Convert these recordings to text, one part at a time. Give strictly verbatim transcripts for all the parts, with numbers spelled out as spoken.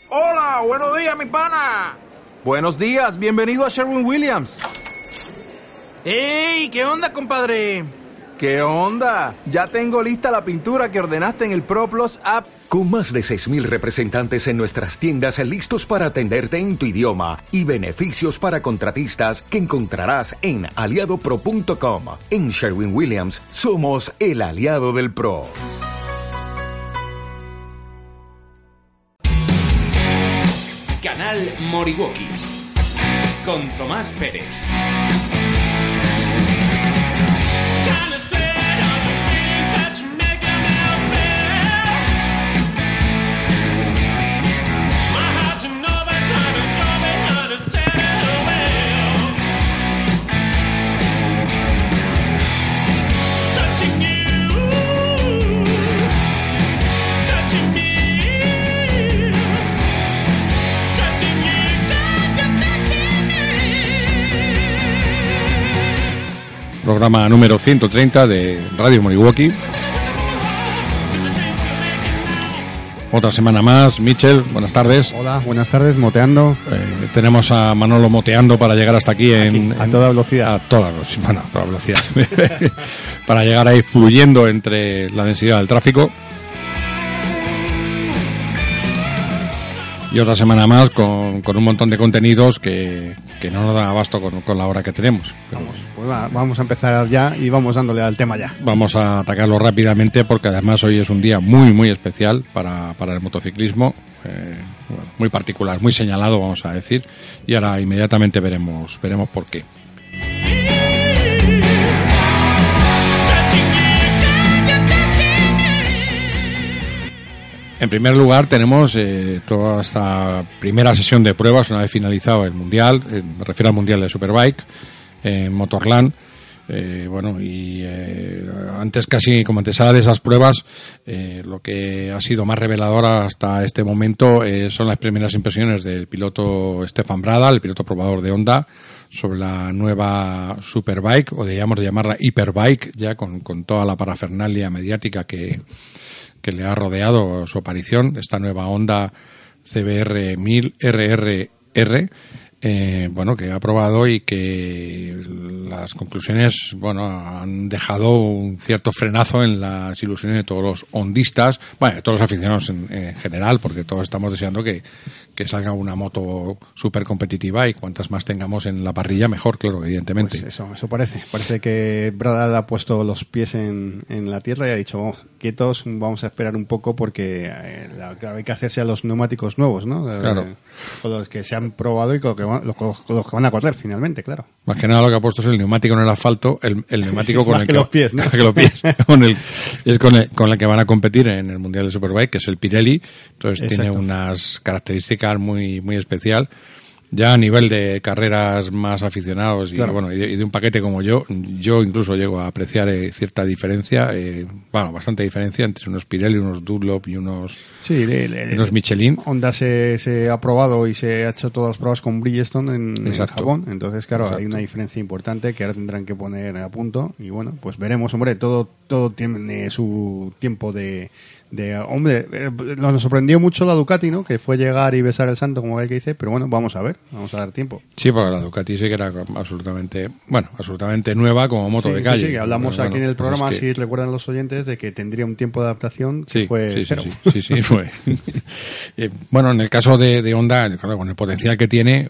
Hola, buenos días, mi pana. Buenos días, bienvenido a Sherwin-Williams. ¡Ey! ¿Qué onda, compadre? ¿Qué onda? Ya tengo lista la pintura que ordenaste en el ProPlus app. Con más de seis mil representantes en nuestras tiendas listos para atenderte en tu idioma y beneficios para contratistas que encontrarás en aliado pro punto com. En Sherwin-Williams somos el aliado del pro. Canal Moriwaki con Tomás Pérez. Programa número ciento treinta de Radio Moriwaki. Otra semana más. Michel, buenas tardes. Hola, buenas tardes, moteando. Eh, tenemos a Manolo moteando para llegar hasta aquí, en, aquí a toda velocidad. A toda velocidad, bueno, a toda velocidad. Para llegar ahí fluyendo entre la densidad del tráfico. Y otra semana más con, con un montón de contenidos que, que no nos da abasto con, con la hora que tenemos. Pero vamos, pues va, vamos a empezar ya y vamos dándole al tema ya. Vamos a atacarlo rápidamente porque además hoy es un día muy, muy especial para, para el motociclismo. Eh, bueno, muy particular, muy señalado, vamos a decir. Y ahora inmediatamente veremos, veremos por qué. En primer lugar tenemos eh, toda esta primera sesión de pruebas una vez finalizado el Mundial, eh, me refiero al Mundial de Superbike, en eh, Motorland. Eh, bueno, y eh, antes casi como antesala de esas pruebas, eh, lo que ha sido más revelador hasta este momento eh, son las primeras impresiones del piloto Stefan Bradl, el piloto probador de Honda, sobre la nueva Superbike, o digamos de llamarla Hyperbike, ya con, con toda la parafernalia mediática que... que le ha rodeado su aparición, esta nueva Honda C B R mil R R R, eh, bueno, que ha probado y que las conclusiones, bueno, han dejado un cierto frenazo en las ilusiones de todos los hondistas, bueno, de todos los aficionados en, en general, porque todos estamos deseando que, que salga una moto súper competitiva y cuantas más tengamos en la parrilla, mejor, claro, evidentemente. Pues eso, eso parece. Parece que Bradl ha puesto los pies en, en la tierra y ha dicho, vamos, quietos, vamos a esperar un poco porque eh, la, hay que hacerse a los neumáticos nuevos, ¿no? Claro. Eh, con los que se han probado y con los que, van, los, con los que van a correr finalmente, claro. Más que nada lo que ha puesto es el neumático en el asfalto, el, el neumático sí, con el que, que los pies, ¿no? que los pies, con el, es con el, con el que van a competir en el Mundial de Superbike, que es el Pirelli. Entonces Exacto. Tiene unas características muy, muy especial. Ya a nivel de carreras más aficionados y claro. bueno y de, y de un paquete como yo, yo incluso llego a apreciar eh, cierta diferencia, eh, bueno, bastante diferencia entre unos Pirelli, unos Dunlop y unos sí, le, le, unos Michelin. Honda se, se ha probado y se ha hecho todas las pruebas con Bridgestone en, en Japón, entonces claro, Exacto. hay una diferencia importante que ahora tendrán que poner a punto y bueno, pues veremos, hombre, todo todo tiene su tiempo de De, hombre, eh, nos sorprendió mucho la Ducati, ¿no? Que fue llegar y besar el santo, como hay que dice, pero bueno, vamos a ver, vamos a dar tiempo. Sí, porque la Ducati sí que era absolutamente, bueno, absolutamente nueva como moto sí, de calle. Sí, sí, que hablamos bueno, aquí en el programa, pues es que... si recuerdan los oyentes, de que tendría un tiempo de adaptación que sí, fue sí, cero. Sí, sí, sí, sí fue. eh, bueno, en el caso de, de Honda, claro, con el potencial que tiene,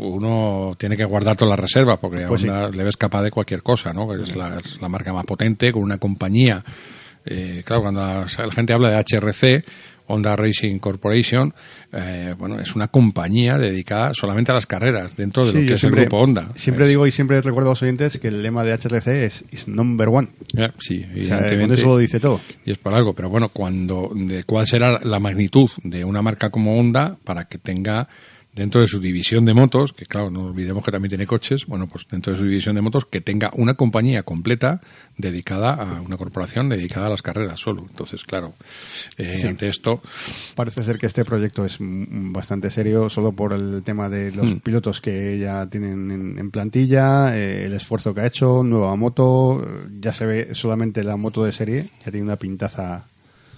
uno tiene que guardar todas las reservas, porque a pues Honda sí. le ves capaz de cualquier cosa, ¿no? Es la, es la marca más potente, con una compañía. Eh, claro, cuando la, la gente habla de H R C, Honda Racing Corporation, eh, bueno, es una compañía dedicada solamente a las carreras dentro de sí, lo que es siempre, el grupo Honda. Siempre es, digo y siempre recuerdo a los oyentes que el lema de H R C es is number one. Yeah, sí, evidentemente. O sea, eso lo dice todo. Y es por algo, pero bueno, cuando de cuál será la magnitud de una marca como Honda para que tenga dentro de su división de motos, que claro, no olvidemos que también tiene coches, bueno, pues dentro de su división de motos, que tenga una compañía completa dedicada a una corporación dedicada a las carreras solo. Entonces, claro, eh, sí. ante esto... Parece ser que este proyecto es bastante serio, solo por el tema de los hmm. pilotos que ya tienen en, en plantilla, eh, el esfuerzo que ha hecho, nueva moto, ya se ve solamente la moto de serie, ya tiene una pintaza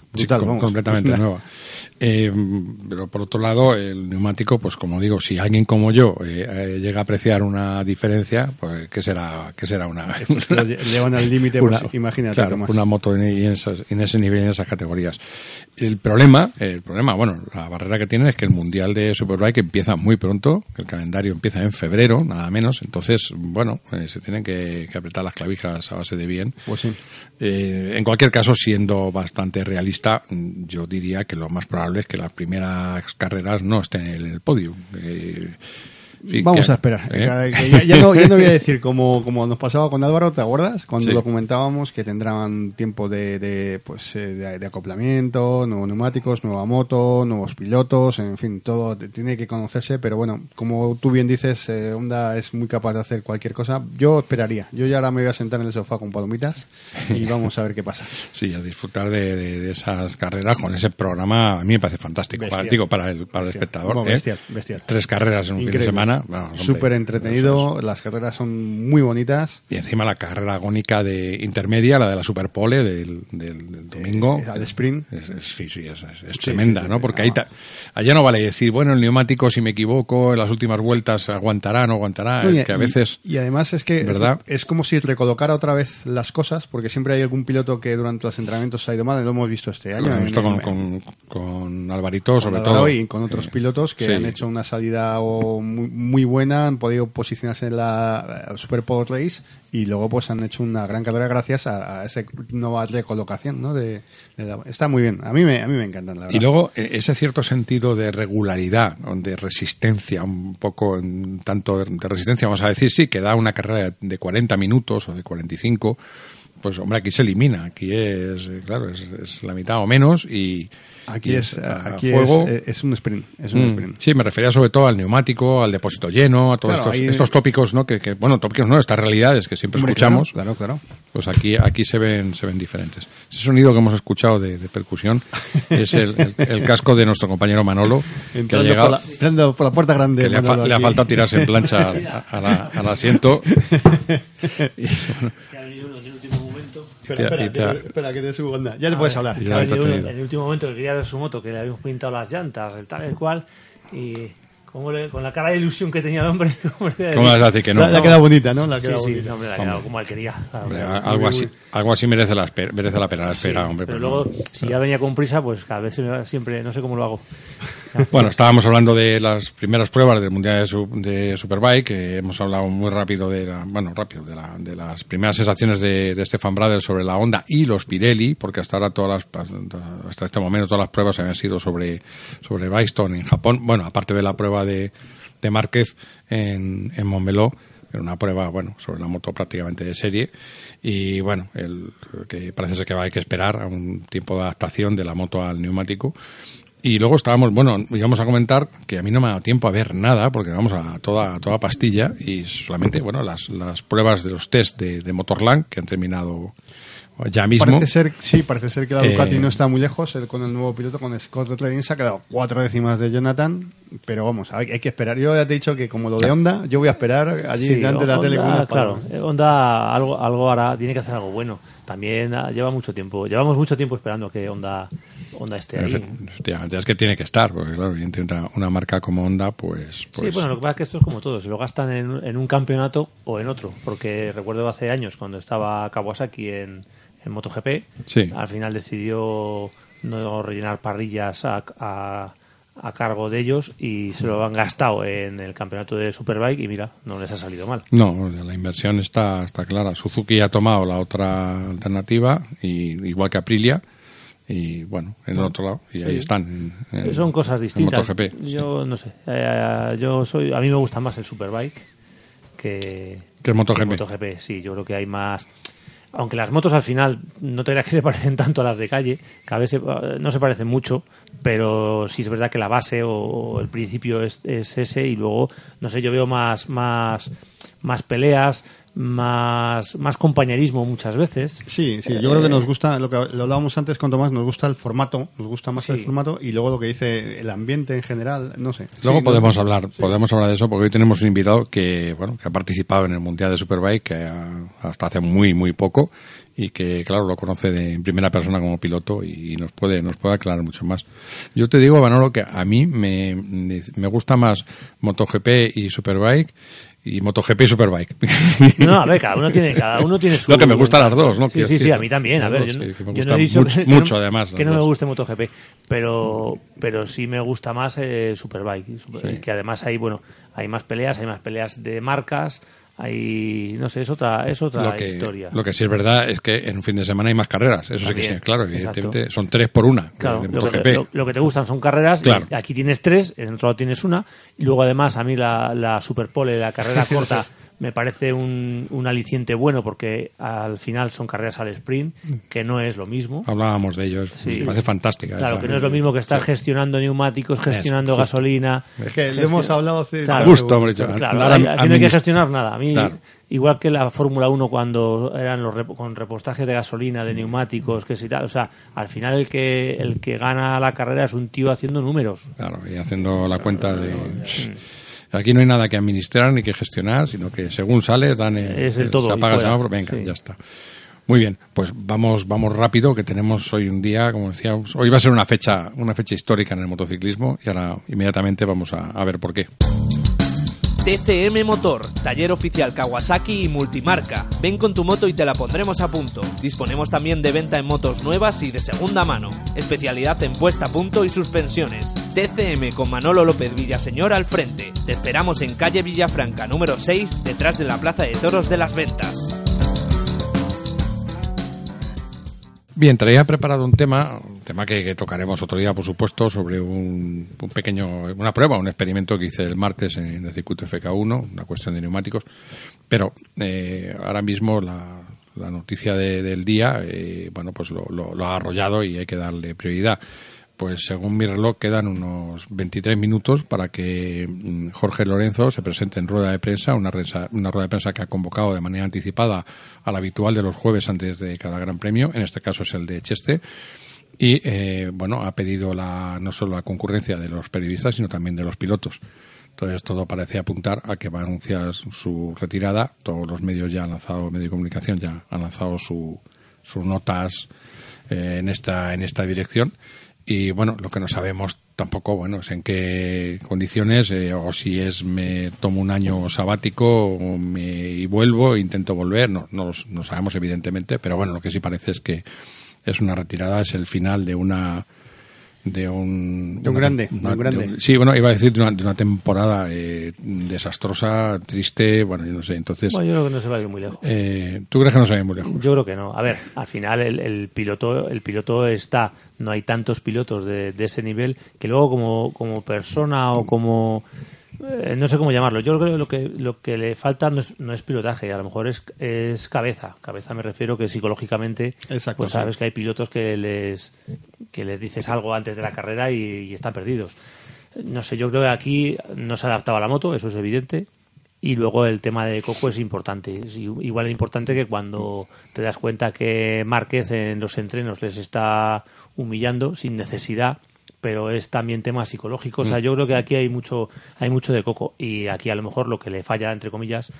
brutal, sí, vamos. completamente nueva. Eh, pero por otro lado, el neumático, pues como digo, si alguien como yo eh, eh, llega a apreciar una diferencia, pues ¿qué será, qué será una? Lo llevan al límite, pues, imagínate. Claro, más. una moto en, en, esas, en ese nivel, en esas categorías. El problema, el problema, bueno, la barrera que tienen es que el Mundial de Superbike empieza muy pronto, que el calendario empieza en febrero, nada menos, entonces, bueno, eh, se tienen que, que apretar las clavijas a base de bien. Pues sí. Eh, en cualquier caso, siendo bastante realista, yo diría que lo más probable es que las primeras carreras no estén en el podio. Eh, sí, Vamos que, a esperar. ¿eh? Que ya, ya, no, ya no voy a decir como, como nos pasaba con Álvaro, ¿te acuerdas? Cuando sí. lo comentábamos, que tendrán tiempo de, de pues de, de acoplamiento, nuevos neumáticos, nueva moto, nuevos pilotos, en fin, todo tiene que conocerse, pero bueno, como tú bien dices, eh, Honda es muy capaz de hacer cualquier cosa. Yo esperaría. Yo ya ahora me voy a sentar en el sofá con palomitas y vamos a ver qué pasa. Sí, a disfrutar de, de, de esas carreras con ese programa. A mí me parece fantástico. Para, digo, para el, para el espectador. Bueno, ¿eh? bestial, bestial. Tres carreras en un Increíble. fin de semana. Bueno, súper entretenido, las carreras son muy bonitas. Y encima la carrera agónica de intermedia, la de la Superpole del, del, del domingo. Eh, al sprint. Es, es, sí, sí, es, es, es sí, tremenda, sí, ¿no? sí, Porque no. ahí ta, allá no vale decir, bueno, el neumático, si me equivoco, en las últimas vueltas aguantará, no aguantará, No, y, que a veces... Y, y además es que ¿verdad? Es como si recolocara otra vez las cosas, porque siempre hay algún piloto que durante los entrenamientos se ha ido mal, lo hemos visto este año. Lo hemos visto en- con, en- con, con Alvarito, sobre Álvaro todo. y con otros Eh, pilotos que sí. han hecho una salida o muy, muy buena, han podido posicionarse en la Super Pole Race y luego pues han hecho una gran carrera gracias a, a esa nueva recolocación, ¿no? De, de la- está muy bien, a mí me a mí me encantan, la verdad. Y luego eh, ese cierto sentido de regularidad, o de resistencia, un poco en tanto de, de resistencia, vamos a decir, sí, que da una carrera de cuarenta minutos o de cuarenta y cinco, pues hombre, aquí se elimina, aquí es, eh, claro, es, es la mitad o menos y... Aquí y es a aquí fuego. es, es un sprint, es un Mm, sprint. sí, me refería sobre todo al neumático, al depósito lleno, a todos Claro, estos, ahí- estos tópicos, ¿no? Que, que, bueno, tópicos no, estas realidades que siempre Hombre, escuchamos. Claro, claro, Pues aquí aquí se ven se ven diferentes. Ese sonido que hemos escuchado de, de percusión es el, el, el casco de nuestro compañero Manolo, que ha Entrando, llegado, por la, entrando por la puerta grande. que le ha, fa- Manolo, le ha aquí. faltado tirarse en plancha a- a la- al asiento. Y, bueno, que ha venido uno en el último momento. Espera, espera, Y te ha- que- espera, que te subo onda. Ya te puedes hablar. Y Que ya ha está venido uno tenido. en el último momento que quería ver su moto, que le habíamos pintado las llantas, el tal, el cual, y como le- con la cara de ilusión que tenía el hombre, ¿cómo le voy a ¿Cómo decir? vas a decir que no? La, la queda bonita, ¿no? La Sí, queda sí, bonita. no, hombre, la ha quedado como él quería. Claro, Hombre, claro. algo así algo así merece la espera, merece la pena la espera, hombre. Pero pero luego, si ya venía con prisa, pues cada vez se me va- siempre, no sé cómo lo hago. Bueno, estábamos hablando de las primeras pruebas del Mundial de, su- de Superbike, que hemos hablado muy rápido de la, bueno, rápido, de, la, de las primeras sensaciones de, de Stefan Bradl sobre la Honda y los Pirelli, porque hasta ahora todas las, hasta este momento todas las pruebas habían sido sobre, sobre Bristol en Japón, bueno, aparte de la prueba de, de Márquez en, en Montmeló, era una prueba, bueno, sobre la moto prácticamente de serie y bueno, el, que parece ser que va, hay que esperar a un tiempo de adaptación de la moto al neumático. Y luego estábamos, bueno, íbamos a comentar que a mí no me ha dado tiempo a ver nada porque vamos a toda, a toda pastilla y solamente, bueno, las, las pruebas de los test de, de Motorland que han terminado ya mismo. Parece ser, sí, parece ser que la Ducati Eh, no está muy lejos. El, con el nuevo piloto, con Scott Redding, se ha quedado cuatro décimas de Jonathan. Pero vamos, hay, hay que esperar. Yo ya te he dicho que como lo de Honda, yo voy a esperar allí Sí, delante de la tele con Honda, unas claro, palomas. eh, Honda algo, algo hará, tiene que hacer algo bueno. También ah, lleva mucho tiempo, llevamos mucho tiempo esperando que Honda, Honda esté ahí. Efectivamente, es que tiene que estar, porque claro, evidentemente una, una marca como Honda, pues... pues Sí, bueno, lo que pasa es que esto es como todo, se lo gastan en, en un campeonato o en otro, porque recuerdo hace años cuando estaba Kawasaki en, en MotoGP, Sí. al final decidió no rellenar parrillas a, a, a cargo de ellos y se lo han gastado en el campeonato de Superbike y mira, no les ha salido mal. No, la inversión está, está clara. Suzuki ha tomado la otra alternativa, y, igual que Aprilia, y bueno, en el otro lado, y ahí están. En, en- Son cosas en distintas. MotoGP. Yo no sé, eh, yo soy, a mí me gusta más el Superbike que, Que el MotoGP. MotoGP. Sí, yo creo que hay más. Aunque las motos al final no te dirás que se parecen tanto a las de calle, cada vez se- no se parecen mucho, pero sí es verdad que la base o, o el principio es, es ese y luego, no sé, yo veo más, más, más peleas, más, más compañerismo muchas veces. Sí, sí, yo eh, creo que nos gusta, lo que lo hablábamos antes con Tomás, nos gusta el formato, nos gusta más sí. el formato y luego lo que dice el ambiente en general, no sé. Luego sí, podemos no, hablar, sí. podemos hablar de eso porque hoy tenemos un invitado que, bueno, que ha participado en el Mundial de Superbike que ha, hasta hace muy, muy poco y que, claro, lo conoce de, en primera persona como piloto y nos puede, nos puede aclarar mucho más. Yo te digo, Manolo, que a mí me, me gusta más MotoGP y Superbike y MotoGP y Superbike. No, a ver, cada uno tiene, cada uno tiene su... Lo que me gustan las dos, ¿no? Sí, sí, sí, a mí también. A ver, yo, sí, no, yo no he dicho mucho, que, mucho que además. Que no me guste MotoGP, pero, pero sí me gusta más eh, Superbike. Super, sí. Que además hay, bueno, hay más peleas, hay más peleas de marcas, hay, no sé, es otra, es otra lo que, historia. Lo que sí es verdad es que en un fin de semana hay más carreras, eso también, sí que sí, claro, evidentemente exacto. Son tres por una. Claro, de lo, que, lo, lo que te gustan son carreras, claro. Aquí tienes tres, en otro lado tienes una, y luego además a mí la, la Superpole, la carrera corta, me parece un, un aliciente bueno porque al final son carreras al sprint, que no es lo mismo. Hablábamos de ello, sí. Me parece fantástica. Claro, esa, que no es lo mismo que estar sí. gestionando neumáticos, gestionando es, gasolina. Es que le hemos hablado hace... Claro, justo, hombre. Claro, ahora, aquí no hay que gestionar nada. A mí, claro. Igual que la Fórmula uno cuando eran los rep con repostajes de gasolina, de neumáticos, que si tal, o sea, al final el que el que gana la carrera es un tío haciendo números. Claro, y haciendo la cuenta de... Sí. Aquí no hay nada que administrar ni que gestionar, sino que según sale, dan el, es el todo, se apaga el semáforo, venga, sí. Ya está. Muy bien, pues vamos vamos rápido, que tenemos hoy un día, como decíamos, hoy va a ser una fecha una fecha histórica en el motociclismo y ahora inmediatamente vamos a, a ver por qué. T C M Motor, taller oficial Kawasaki y multimarca. Ven con tu moto y te la pondremos a punto. Disponemos también de venta en motos nuevas y de segunda mano. Especialidad en puesta a punto y suspensiones. T C M con Manolo López Villaseñor al frente. Te esperamos en calle Villafranca número seis, detrás de la Plaza de Toros de las Ventas. Bien, traía preparado un tema, un tema que, que tocaremos otro día, por supuesto, sobre un, un pequeño, una prueba, un experimento que hice el martes en el circuito F K uno, una cuestión de neumáticos. Pero eh, ahora mismo la, la noticia de, del día, eh, bueno, pues lo, lo, lo ha arrollado y hay que darle prioridad. Pues según mi reloj quedan unos veintitrés minutos para que Jorge Lorenzo se presente en rueda de prensa, una, resa, una rueda de prensa que ha convocado de manera anticipada a la habitual de los jueves antes de cada gran premio, en este caso es el de Cheste, y eh, bueno, ha pedido la, no solo la concurrencia de los periodistas, sino también de los pilotos. Entonces todo parece apuntar a que va a anunciar su retirada, todos los medios ya han lanzado, medios de comunicación ya han lanzado su, sus notas eh, en esta en esta dirección. Y bueno, lo que no sabemos tampoco, bueno, es en qué condiciones, eh, o si es me tomo un año sabático o me, y vuelvo e intento volver, no, no, no sabemos evidentemente, pero bueno, lo que sí parece es que es una retirada, es el final de una... de un... De un una, grande, una, de un grande. De un, sí, bueno, iba a decir de una, de una temporada eh, desastrosa, triste, bueno, yo no sé, entonces... Bueno, yo creo que no se va a ir muy lejos. Eh, ¿Tú crees que no se va a ir muy lejos? Yo creo que no. A ver, al final el, el piloto el piloto está... No hay tantos pilotos de, de ese nivel que luego como, como persona o como... Eh, no sé cómo llamarlo. Yo creo que lo que lo que le falta no es, no es pilotaje, a lo mejor es, es cabeza. Cabeza me refiero que psicológicamente, exacto, pues sabes sí. que hay pilotos que les que les dices algo antes de la carrera y, y están perdidos. No sé, yo creo que aquí no se adaptaba a la moto, eso es evidente. Y luego el tema de Coco es importante. Es igual de importante que cuando te das cuenta que Márquez en los entrenos les está humillando sin necesidad, pero es también tema psicológico. O sea, yo creo que aquí hay mucho hay mucho de Coco y aquí a lo mejor lo que le falla, entre comillas,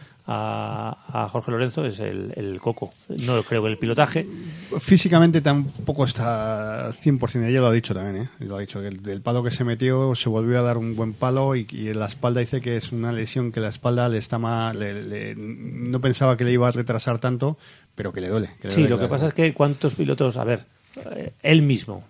a, a Jorge Lorenzo es el, el Coco. No creo que el pilotaje. Físicamente tampoco está cien por ciento, ella lo ha dicho también, ¿eh? Lo ha dicho, que el, el palo que se metió se volvió a dar un buen palo y, y en la espalda dice que es una lesión que la espalda le está mal, le, le, no pensaba que le iba a retrasar tanto, pero que le duele. Que le sí, duele, lo que pasa es que cuántos pilotos, a ver, eh, él mismo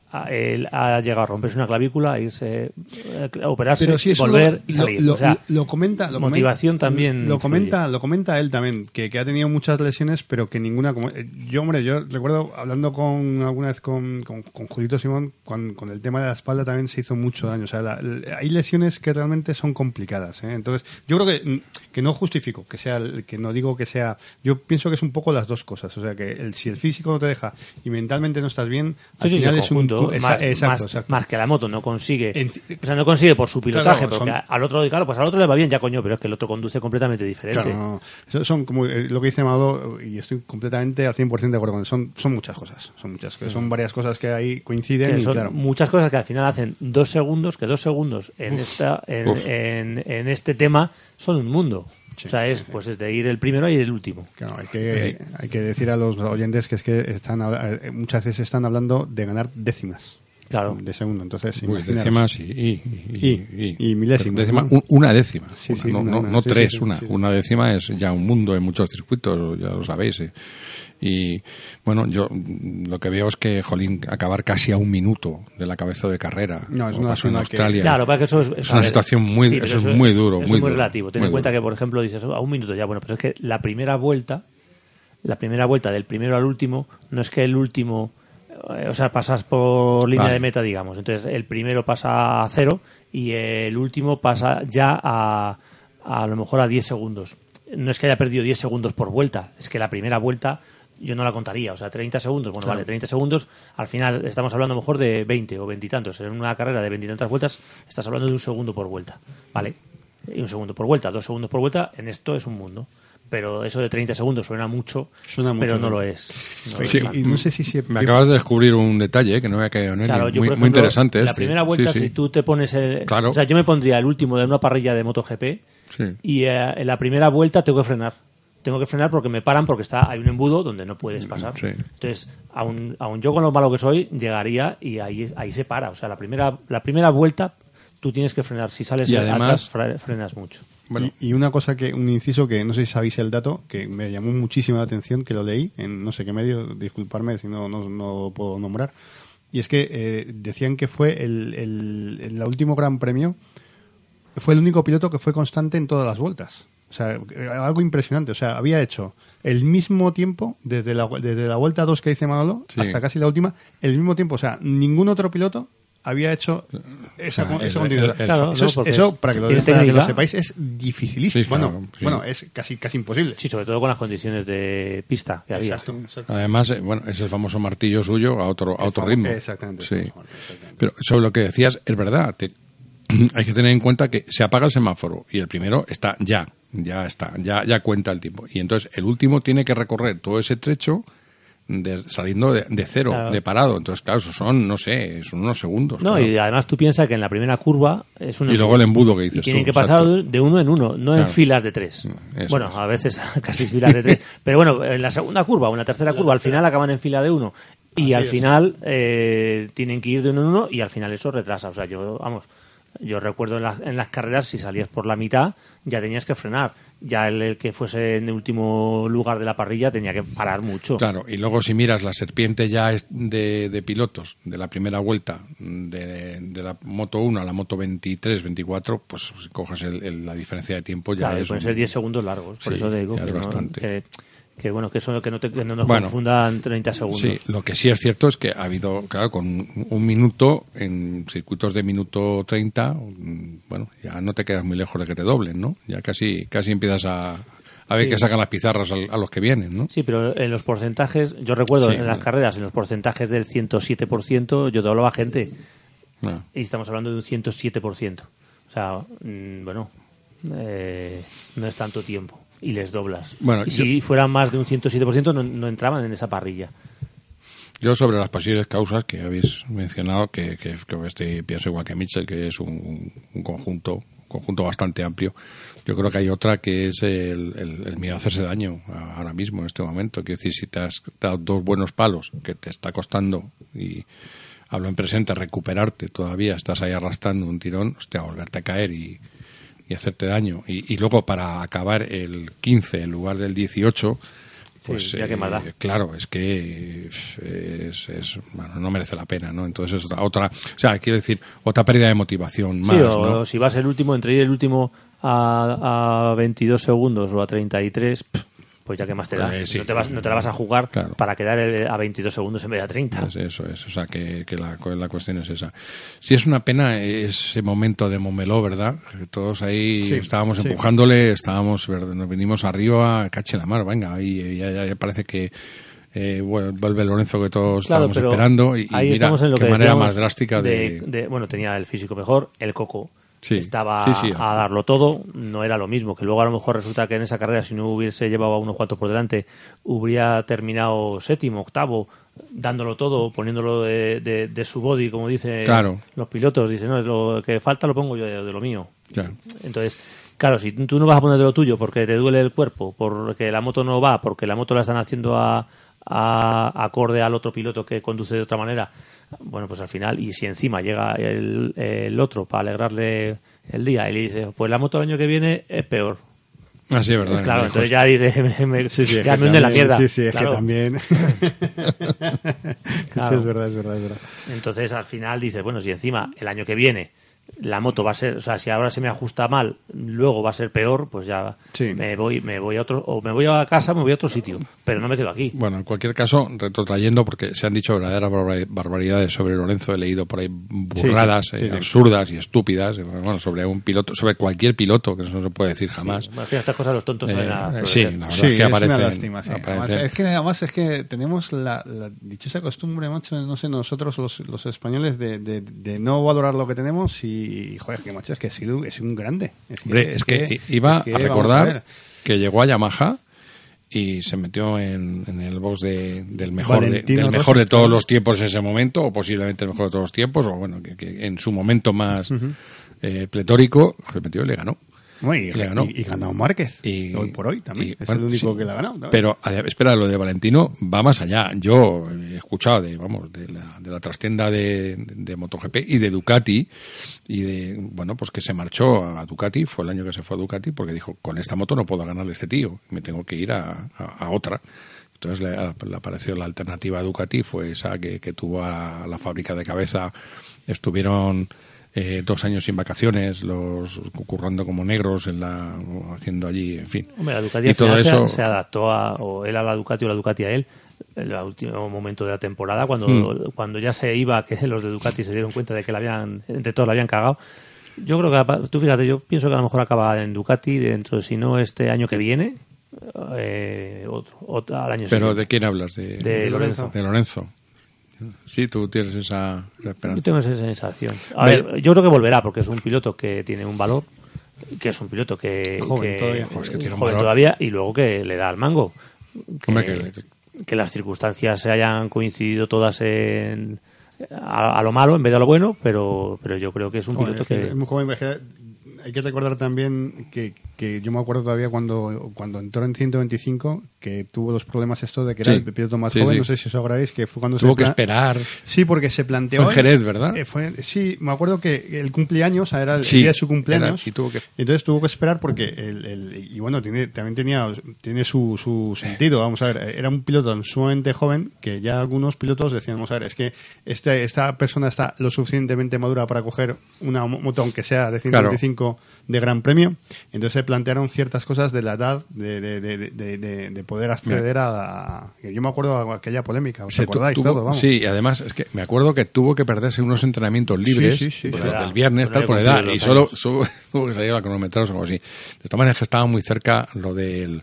él ha llegado a romperse una clavícula, irse a operarse, pero si volver lo, y salir. Lo, o sea, lo comenta, lo motivación comenta, también. Lo comenta, lo comenta él también, que, que ha tenido muchas lesiones, pero que ninguna. Como, yo, hombre, yo recuerdo hablando con alguna vez con, con, con Julito Simón, con, con el tema de la espalda también se hizo mucho daño. O sea, la, la, hay lesiones que realmente son complicadas, ¿eh? Entonces, yo creo que, que no justifico que sea, que no digo que sea. Yo pienso que es un poco las dos cosas. O sea, que el, si el físico no te deja y mentalmente no estás bien, al sí, final sí, es un moto, Esa, más, exacto, más, exacto. más que la moto no consigue, En, o sea, no consigue por su pilotaje, claro, porque son, al otro, claro, pues al otro le va bien, ya coño, pero es que el otro conduce completamente diferente. Claro, no. Son como eh, lo que dice Amado, y estoy completamente al cien por ciento de acuerdo con él, son, son muchas cosas, son muchas, que son varias cosas que ahí coinciden Que y son claro. muchas cosas que al final hacen dos segundos, que dos segundos en, Uf, esta, en, uf. en, en este tema son un mundo. Sí, o sea, es sí. pues es de ir el primero y el último. Claro, hay que, hay que decir a los oyentes que es que están eh, muchas veces están hablando de ganar décimas. Claro. De segundo, entonces Uy, décimas y, y, y, y, y, y milésimas. Décima, ¿no? un, una décima. Sí, una, sí, no una, no, una, no sí, tres, sí, sí, una. sí. Una décima es ya un mundo en muchos circuitos, ya lo sabéis. Eh. Y bueno, yo mm, lo que veo es que, jolín, acabar casi a un minuto de la cabeza de carrera. No, es como una pasó en zona Australia. que- Claro, para que eso es, Es a una ver, situación muy, sí, pero eso es muy duro, eso muy es muy duro, relativo. Ten muy en cuenta duro. que, por ejemplo, dices a un minuto ya, bueno, pero es que la primera vuelta, la primera vuelta del primero al último, no es que el último, eh, o sea, pasas por línea Vale. de meta, digamos. Entonces, el primero pasa a cero y el último pasa ya a, a lo mejor a diez segundos. No es que haya perdido diez segundos por vuelta, es que la primera vuelta yo no la contaría, o sea, treinta segundos, bueno, Claro. vale, treinta segundos, al final estamos hablando a lo mejor de veinte o veintitantos. En una carrera de veintitantas vueltas estás hablando de un segundo por vuelta, ¿vale? Y un segundo por vuelta, dos segundos por vuelta, en esto es un mundo. Pero eso de treinta segundos suena mucho, Suena mucho, pero no ¿no? lo es. No lo Sí, es. y no sé si se... Me acabas de descubrir un detalle eh, que no había caído en él. Claro, y yo, muy, por muy ejemplo, interesante. La este. primera vuelta, Sí, sí. si tú te pones el... Claro. O sea, yo me pondría el último de una parrilla de MotoGP Sí. y eh, en la primera vuelta tengo que frenar. Tengo que frenar porque me paran porque está hay un embudo donde no puedes pasar. Sí. Entonces, aun, aun yo con lo malo que soy, llegaría y ahí, ahí se para. O sea, la primera, la primera vuelta tú tienes que frenar. Si sales Y además- atrás, fre- frenas mucho. Bueno, Y, y una cosa que, un inciso que no sé si sabéis el dato, que me llamó muchísimo la atención, que lo leí en no sé qué medio, disculparme si no, no, no lo puedo nombrar, y es que eh, decían que fue el, el, el último Gran Premio, fue el único piloto que fue constante en todas las vueltas. O sea, eh, algo impresionante. O sea, había hecho el mismo tiempo, desde la, desde la vuelta dos que dice Manolo, Sí. hasta casi la última, el mismo tiempo. O sea, ningún otro piloto había hecho esa, O sea, esa el- continuidad. el- el- Claro, eso, no, es- porque eso, es- para que lo, tiene para que lo técnica. sepáis, es dificilísimo. Sí, claro, bueno, sí. bueno, es casi casi imposible. Sí, sobre todo con las condiciones de pista que había. Exacto, exacto. además, eh, bueno, es el famoso martillo suyo a otro, a otro famo- ritmo. exactamente, Sí. el famoso, exactamente. Pero sobre lo que decías, es verdad. te- hay que tener en cuenta que se apaga el semáforo y el primero está ya, ya está, ya, ya cuenta el tiempo. Y entonces el último tiene que recorrer todo ese trecho de- saliendo de, de cero, Claro. de parado. Entonces, claro, eso son, no sé, son unos segundos. No, claro. y además tú piensas que en la primera curva es un Y luego el embudo que dices y tienen tú, que pasar exacto. de de uno en uno, no en Claro. filas de tres. Eso Bueno, es. a veces casi filas de tres. Pero bueno, en la segunda curva o en la tercera curva, al final acaban en fila de uno. Y Así al es. final eh, tienen que ir de uno en uno y al final eso retrasa. O sea, yo, vamos, yo recuerdo en, la- en las carreras, si salías por la mitad, ya tenías que frenar. Ya el, el que fuese en el último lugar de la parrilla tenía que parar mucho. Claro, y luego si miras la serpiente ya es de, de pilotos de la primera vuelta, de, de la Moto uno a la Moto veintitrés, veinticuatro, pues si coges el- el- la diferencia de tiempo ya Claro, es... pueden un- ser diez segundos largos. Por Sí, eso te digo ya que, es no- bastante. que, que, bueno, que eso que no, te, que no nos Bueno. confundan treinta segundos. Sí, lo que sí es cierto es que ha habido, claro, con un minuto en circuitos de minuto treinta, mm, bueno, ya no te quedas muy lejos de que te doblen, ¿no? Ya casi casi empiezas a, a ver Sí. que sacan las pizarras al- a los que vienen, ¿no? Sí, pero en los porcentajes, yo recuerdo Sí, en las bueno. carreras, en los porcentajes del ciento siete por ciento, yo doblaba gente. Ah. Y estamos hablando de un ciento siete por ciento. O sea, mm, bueno, eh, no es tanto tiempo. Y les doblas. Bueno, y si fueran más de un ciento siete por ciento, no, no entraban en esa parrilla. Yo sobre las posibles causas que habéis mencionado, que, que, que estoy, pienso igual que Mitchell, que es un, un conjunto un conjunto bastante amplio. Yo creo que hay otra que es el, el, el miedo a hacerse daño a- ahora mismo, en este momento. Quiero decir, si te has dado dos buenos palos que te está costando, y hablo en presente, recuperarte todavía, estás ahí arrastrando un tirón, hostia, volverte a caer y, y hacerte daño. Y, y luego para acabar el quince en lugar del dieciocho, pues Sí, ya que más da. eh, claro, es que es, es, bueno, no merece la pena, ¿no? Entonces es otra, otra, o sea, quiero decir, otra pérdida de motivación más, Sí, o ¿no? si vas el último, entre ir el último a, a veintidós segundos o a treinta y tres, pff, pues ya que más te da. Eh, sí. no, te vas, no te la vas a jugar Claro. para quedar eh, a veintidós segundos en vez de a treinta. Es- Eso es, o sea, que, que la, la cuestión es esa. Sí, es una pena ese momento de Momeló, ¿verdad? Todos ahí Sí, estábamos sí. empujándole, estábamos, ¿verdad? Nos vinimos arriba, cache la mar, venga, ahí ya, ya- ya parece que eh, bueno, vuelve Lorenzo que todos claro, estábamos esperando y, y mira en lo qué que manera más drástica de, de... de... Bueno, tenía el físico mejor, el Coco sí, estaba sí, sí, a darlo todo, no era lo mismo, que luego a lo mejor resulta que en esa carrera, si no hubiese llevado a unos cuantos por delante, hubiera terminado séptimo, octavo, dándolo todo, poniéndolo de, de, de su body, como dicen claro. los pilotos, dicen, no, es lo que falta lo pongo yo de, de lo mío. Claro. Entonces, claro, si tú no vas a poner de lo tuyo porque te duele el cuerpo, porque la moto no va, porque la moto la están haciendo a, a acorde al otro piloto que conduce de otra manera, bueno, pues al final, y si encima llega el, el otro para alegrarle el día y le dice, pues la moto el año que viene es peor. Ah, sí, es verdad. Claro, entonces ya dice, me, me, sí, sí, ya me hunde la mierda. Sí, sí, es claro. que también. Claro. Sí, es verdad, es verdad, es verdad. Entonces al final dices, bueno, si encima el año que viene la moto va a ser, o sea, si ahora se me ajusta mal, luego va a ser peor, pues ya sí. me voy me voy a otro, o me voy a casa, me voy a otro sitio, pero no me quedo aquí. Bueno, en cualquier caso, retrotrayendo, porque se han dicho verdaderas barbaridades sobre Lorenzo, he leído por ahí burradas sí, sí, eh, sí, absurdas sí. y estúpidas, bueno, sobre un piloto, sobre cualquier piloto, que eso no se puede decir jamás. Sí, bueno, estas cosas los tontos eh, saben a eh, Sí, la verdad sí, es que es aparecen. Una lástima, sí. aparecen. Además, es que además es que tenemos la, la dichosa costumbre, macho, no sé, nosotros los, los españoles, de, de, de no valorar lo que tenemos y, joder, que macho, es que es un, es un grande. Es que, Hombre, es que, que iba es que, a recordar a que llegó a Yamaha y se metió en, en el box de, del mejor, de, del mejor de todos los tiempos en ese momento, o posiblemente el mejor de todos los tiempos, o bueno, que, que en su momento más uh-huh. eh, pletórico, se metió y le ganó. No, y, le ganó. Y, y ganó Márquez, y, hoy por hoy también. Y, es bueno, el único sí, que le ha ganado. ¿no? Pero, espera, lo de Valentino va más allá. Yo he escuchado de, vamos, de la, de la trastienda de, de, de MotoGP y de Ducati, y de, bueno, pues que se marchó a Ducati, fue el año que se fue a Ducati, porque dijo, con esta moto no puedo ganarle a este tío, me tengo que ir a, a, a otra. Entonces le, le apareció la alternativa a Ducati, fue esa que, que tuvo a la fábrica de cabeza, estuvieron... Eh, dos años sin vacaciones, los currando como negros en la haciendo allí, en fin. Hombre, la Ducati y todo eso se, se adaptó a, o él a la Ducati o la Ducati a él, en el último momento de la temporada, cuando, hmm. cuando ya se iba, que los de Ducati se dieron cuenta de que la habían, entre todos la habían cagado. Yo creo que, tú fíjate, yo pienso que a lo mejor acaba en Ducati dentro, si no este año que viene, eh, otro, otro, al año ¿Pero siguiente. de quién hablas? De, de Lorenzo. De Lorenzo. Sí, tú tienes esa esperanza. Yo tengo esa sensación. A Me... ver, yo creo que volverá, porque es un piloto que tiene un valor, que es un piloto que, joven, que, todavía. Joder, es que tiene un joven valor. todavía, y luego que le da al mango. Que, Hombre, que... que las circunstancias se hayan coincidido todas en a, a lo malo en vez de a lo bueno, pero pero yo creo que es un joven, piloto es que, que... Es muy joven, hay que recordar también que, que yo me acuerdo todavía cuando, cuando entró en ciento veinticinco, que tuvo los problemas esto de que era sí. el piloto más sí, joven, sí. no sé si os acordáis, que fue cuando tuvo se que esperar. Sí, porque se planteó... Fue en Jerez, ¿verdad? Eh, fue, sí, me acuerdo que el cumpleaños, era el sí, día de su cumpleaños, era, y tuvo que... entonces tuvo que esperar porque, el, el, y bueno, tiene, también tenía tiene su, su sentido, vamos a ver, era un piloto sumamente joven, que ya algunos pilotos decían, vamos a ver, es que este, esta persona está lo suficientemente madura para coger una moto, aunque sea de ciento veinticinco claro. de gran premio, entonces se plantearon ciertas cosas de la edad de, de, de, de, de, de poder acceder a, a... Yo me acuerdo de aquella polémica, ¿os acordáis? Tuvo, todo, vamos. Sí, y además es que me acuerdo que tuvo que perderse unos entrenamientos libres sí, sí, sí, pues sí, los sí. del viernes, tal, por edad, y solo tuvo que salir a cronometrados o algo así. De todas maneras que estaba muy cerca lo del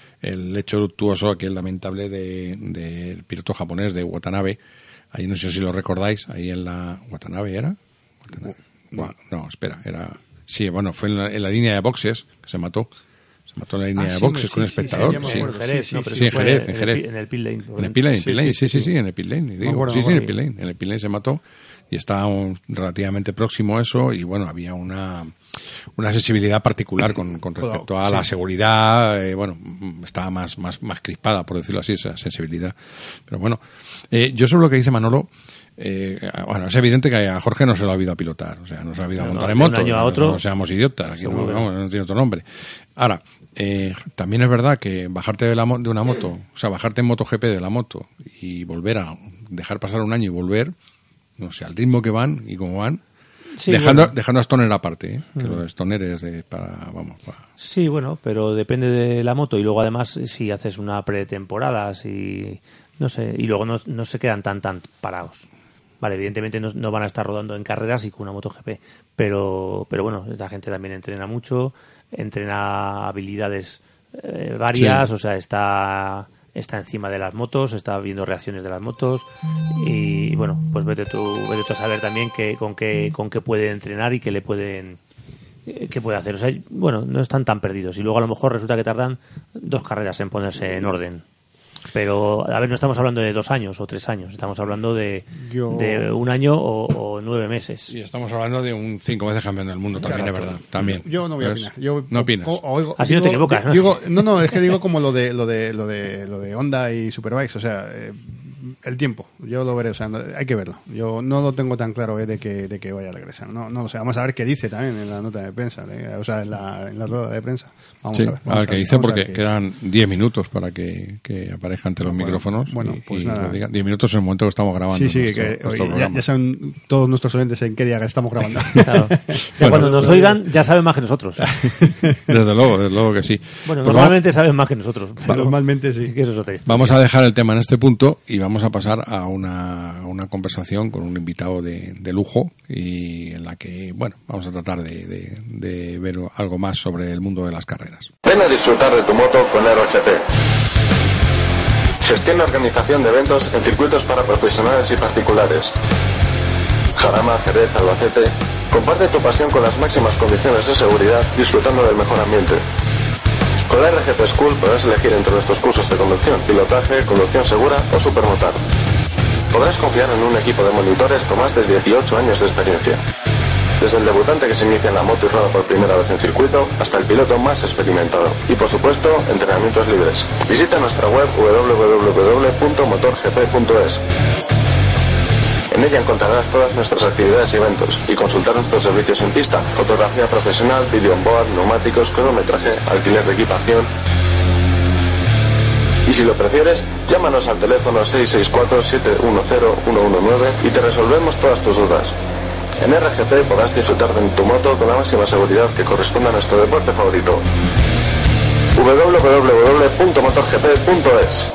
el hecho luctuoso, aquel lamentable del de, de piloto japonés de Watanabe. Ahí no sé si lo recordáis, ahí en la... ¿Watanabe era? Watanabe. Bueno, no, espera, era... Sí, bueno, fue en la, en la línea de boxes que se mató. Se mató en la línea ah, de sí, boxes sí, con un sí, espectador. Sí, sí, en Jerez, no, pero sí, en Jerez, en Jerez. En el pit lane. En el pit lane, sí, pit lane, sí, sí, sí, sí, sí, en el pit lane. Digo, acuerdo, sí, sí, en el sí. pit lane. En el pit lane se mató y estaba un, relativamente próximo a eso y bueno, había una una sensibilidad particular con, con respecto a la seguridad, eh, bueno, estaba más, más, más crispada, por decirlo así, esa sensibilidad. Pero bueno, eh, yo sobre lo que dice Manolo, Eh, bueno, es evidente que a Jorge no se lo ha habido a pilotar, o sea, no se lo ha habido no, a montar no, en moto, de un año a no, otro, no seamos idiotas, aquí no, no, no tiene otro nombre. Ahora, eh, también es verdad que bajarte de, la, de una moto, o sea, bajarte en MotoGP de la moto y volver a dejar pasar un año y volver, no sé, al ritmo que van y cómo van, sí, dejando, bueno. dejando a Stoner aparte, ¿eh? que mm. lo de Stoner es de, para, vamos, para... Sí, bueno, pero depende de la moto y luego además si haces una pretemporada, si, no sé, y luego no, no se quedan tan, tan parados. Vale, evidentemente no, no van a estar rodando en carreras y con una MotoGP, pero pero bueno, esta gente también entrena mucho, entrena habilidades eh, varias, sí. O sea, está está encima de las motos, está viendo reacciones de las motos y bueno, pues vete tú, vete tú a saber también que, con qué con qué puede entrenar y qué le pueden qué puede hacer. O sea, bueno, no están tan perdidos y luego a lo mejor resulta que tardan dos carreras en ponerse en orden. Pero, a ver, no estamos hablando de dos años o tres años, estamos hablando de, Yo... de un año o, o nueve meses. Y estamos hablando de un cinco veces campeón del mundo, también claro, es verdad. También. Yo no voy a opinar. Yo, no opinas. O, o, Así digo, no te equivocas, ¿no? Digo, no, no, es que digo como lo de lo de lo de lo de Honda y Superbikes, o sea, eh, el tiempo. Yo lo veré, o sea, no, hay que verlo. Yo no lo tengo tan claro eh, de que de que vaya a regresar. No, no, o sea, vamos a ver qué dice también en la nota de prensa, eh, o sea, en la en la rueda de prensa. Vamos sí, a ver, a ver qué dice, porque que... quedan diez minutos para que, que aparezca ante los bueno, micrófonos. Bueno, y, pues y nada. diez minutos en el momento que estamos grabando. Sí, sí, nuestro, que nuestro oye, ya, ya saben todos nuestros oyentes en qué día que estamos grabando. Claro. Ya bueno, cuando nos oigan, ya saben más que nosotros. Desde luego, desde luego que sí. Bueno, pues normalmente vamos, saben más que nosotros. Normalmente sí. Que eso es otra historia. Vamos a dejar el tema en este punto y vamos a pasar a una, a una conversación con un invitado de, de lujo y en la que, bueno, vamos a tratar de, de, de ver algo más sobre el mundo de las carreras. Ven a disfrutar de tu moto con R G P. Gestión y organización de eventos en circuitos para profesionales y particulares. Jarama, Jerez, Albacete. Comparte tu pasión con las máximas condiciones de seguridad, disfrutando del mejor ambiente. Con la R G P School podrás elegir entre nuestros cursos de conducción, pilotaje, conducción segura o supermotar. Podrás confiar en un equipo de monitores con más de dieciocho años de experiencia. Desde el debutante que se inicia en la moto y rueda por primera vez en circuito, hasta el piloto más experimentado. Y por supuesto, entrenamientos libres. Visita nuestra web doble u doble u doble u punto motor g p punto es. En ella encontrarás todas nuestras actividades y eventos, y consultar nuestros servicios en pista, fotografía profesional, video on board, neumáticos, cronometraje, alquiler de equipación. Y si lo prefieres, llámanos al teléfono seis seis cuatro, siete uno cero, uno uno nueve y te resolvemos todas tus dudas. En R G P podrás disfrutar de tu moto con la máxima seguridad que corresponde a nuestro deporte favorito. doble u doble u doble u punto motor g p punto es.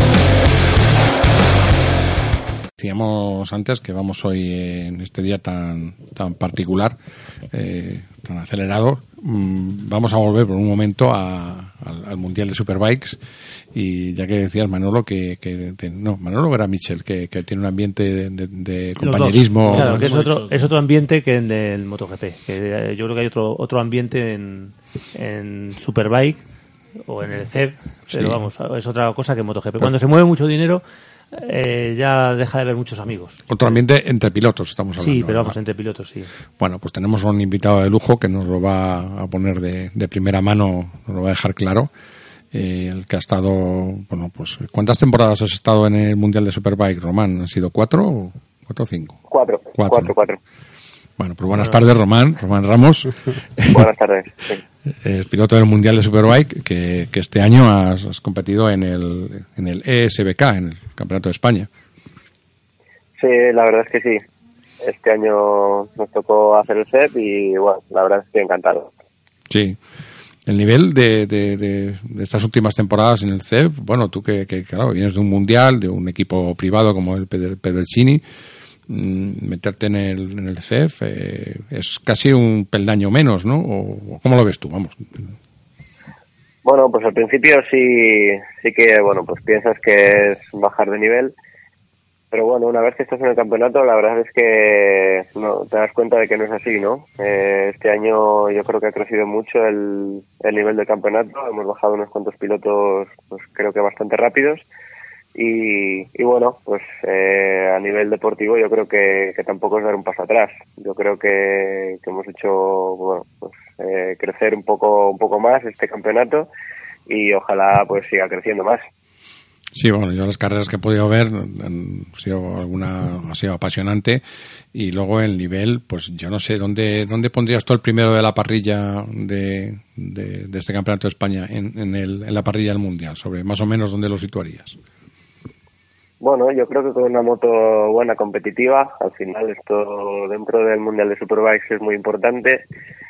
Decíamos antes que vamos hoy en este día tan tan particular, eh, tan acelerado. Mm, vamos a volver por un momento a, al, al Mundial de Superbikes. Y ya que decías, Manolo, que, que te, no, Manolo era Michel, que, que tiene un ambiente de, de, de compañerismo. Claro, que es otro, es otro ambiente que en el MotoGP. Que yo creo que hay otro otro ambiente en, en Superbike o en el C E V, pero sí. Vamos, es otra cosa que en MotoGP. Pero, cuando se mueve mucho dinero, eh, ya deja de haber muchos amigos. Otro ambiente entre pilotos, estamos hablando. Sí, pero vamos, ¿verdad? Entre pilotos, sí. Bueno, pues tenemos un invitado de lujo que nos lo va a poner de, de primera mano, nos lo va a dejar claro. Eh, el que ha estado, bueno, pues ¿cuántas temporadas has estado en el Mundial de Superbike, Román? ¿Han sido cuatro o cuatro o cinco? Cuatro, cuatro, cuatro. cuatro. Bueno, pues buenas tardes, Román, Román Ramos. Buenas tardes. Sí. Es piloto del Mundial de Superbike que, que este año has, has competido en el, en el E S B K, en el Campeonato de España. Sí, la verdad es que sí. Este año nos tocó hacer el C E P y bueno, la verdad es que estoy encantado. Sí. El nivel de, de, de, de estas últimas temporadas en el C E P, bueno, tú que, que claro, vienes de un mundial, de un equipo privado como el Pedrecini, mmm, meterte en el, en el C E P eh, es casi un peldaño menos, ¿no? ¿O cómo lo ves tú? Vamos. Bueno, pues al principio sí, sí que, bueno, pues piensas que es bajar de nivel. Pero bueno, una vez que estás en el campeonato, la verdad es que no te das cuenta de que no es así, ¿no? Eh, este año yo creo que ha crecido mucho el, el nivel del campeonato. Hemos bajado unos cuantos pilotos, pues creo que bastante rápidos. Y, y bueno, pues eh, a nivel deportivo yo creo que, que tampoco es dar un paso atrás. Yo creo que, que hemos hecho, bueno, pues eh, crecer un poco, un poco más este campeonato y ojalá pues siga creciendo más. Sí, bueno, yo las carreras que he podido ver han sido alguna ha sido apasionante y luego el nivel, pues yo no sé dónde dónde pondrías tú el primero de la parrilla de, de, de este campeonato de España en, en, el, en la parrilla del mundial, sobre más o menos dónde lo situarías. Bueno, yo creo que con una moto buena, competitiva, al final esto dentro del mundial de Superbikes es muy importante.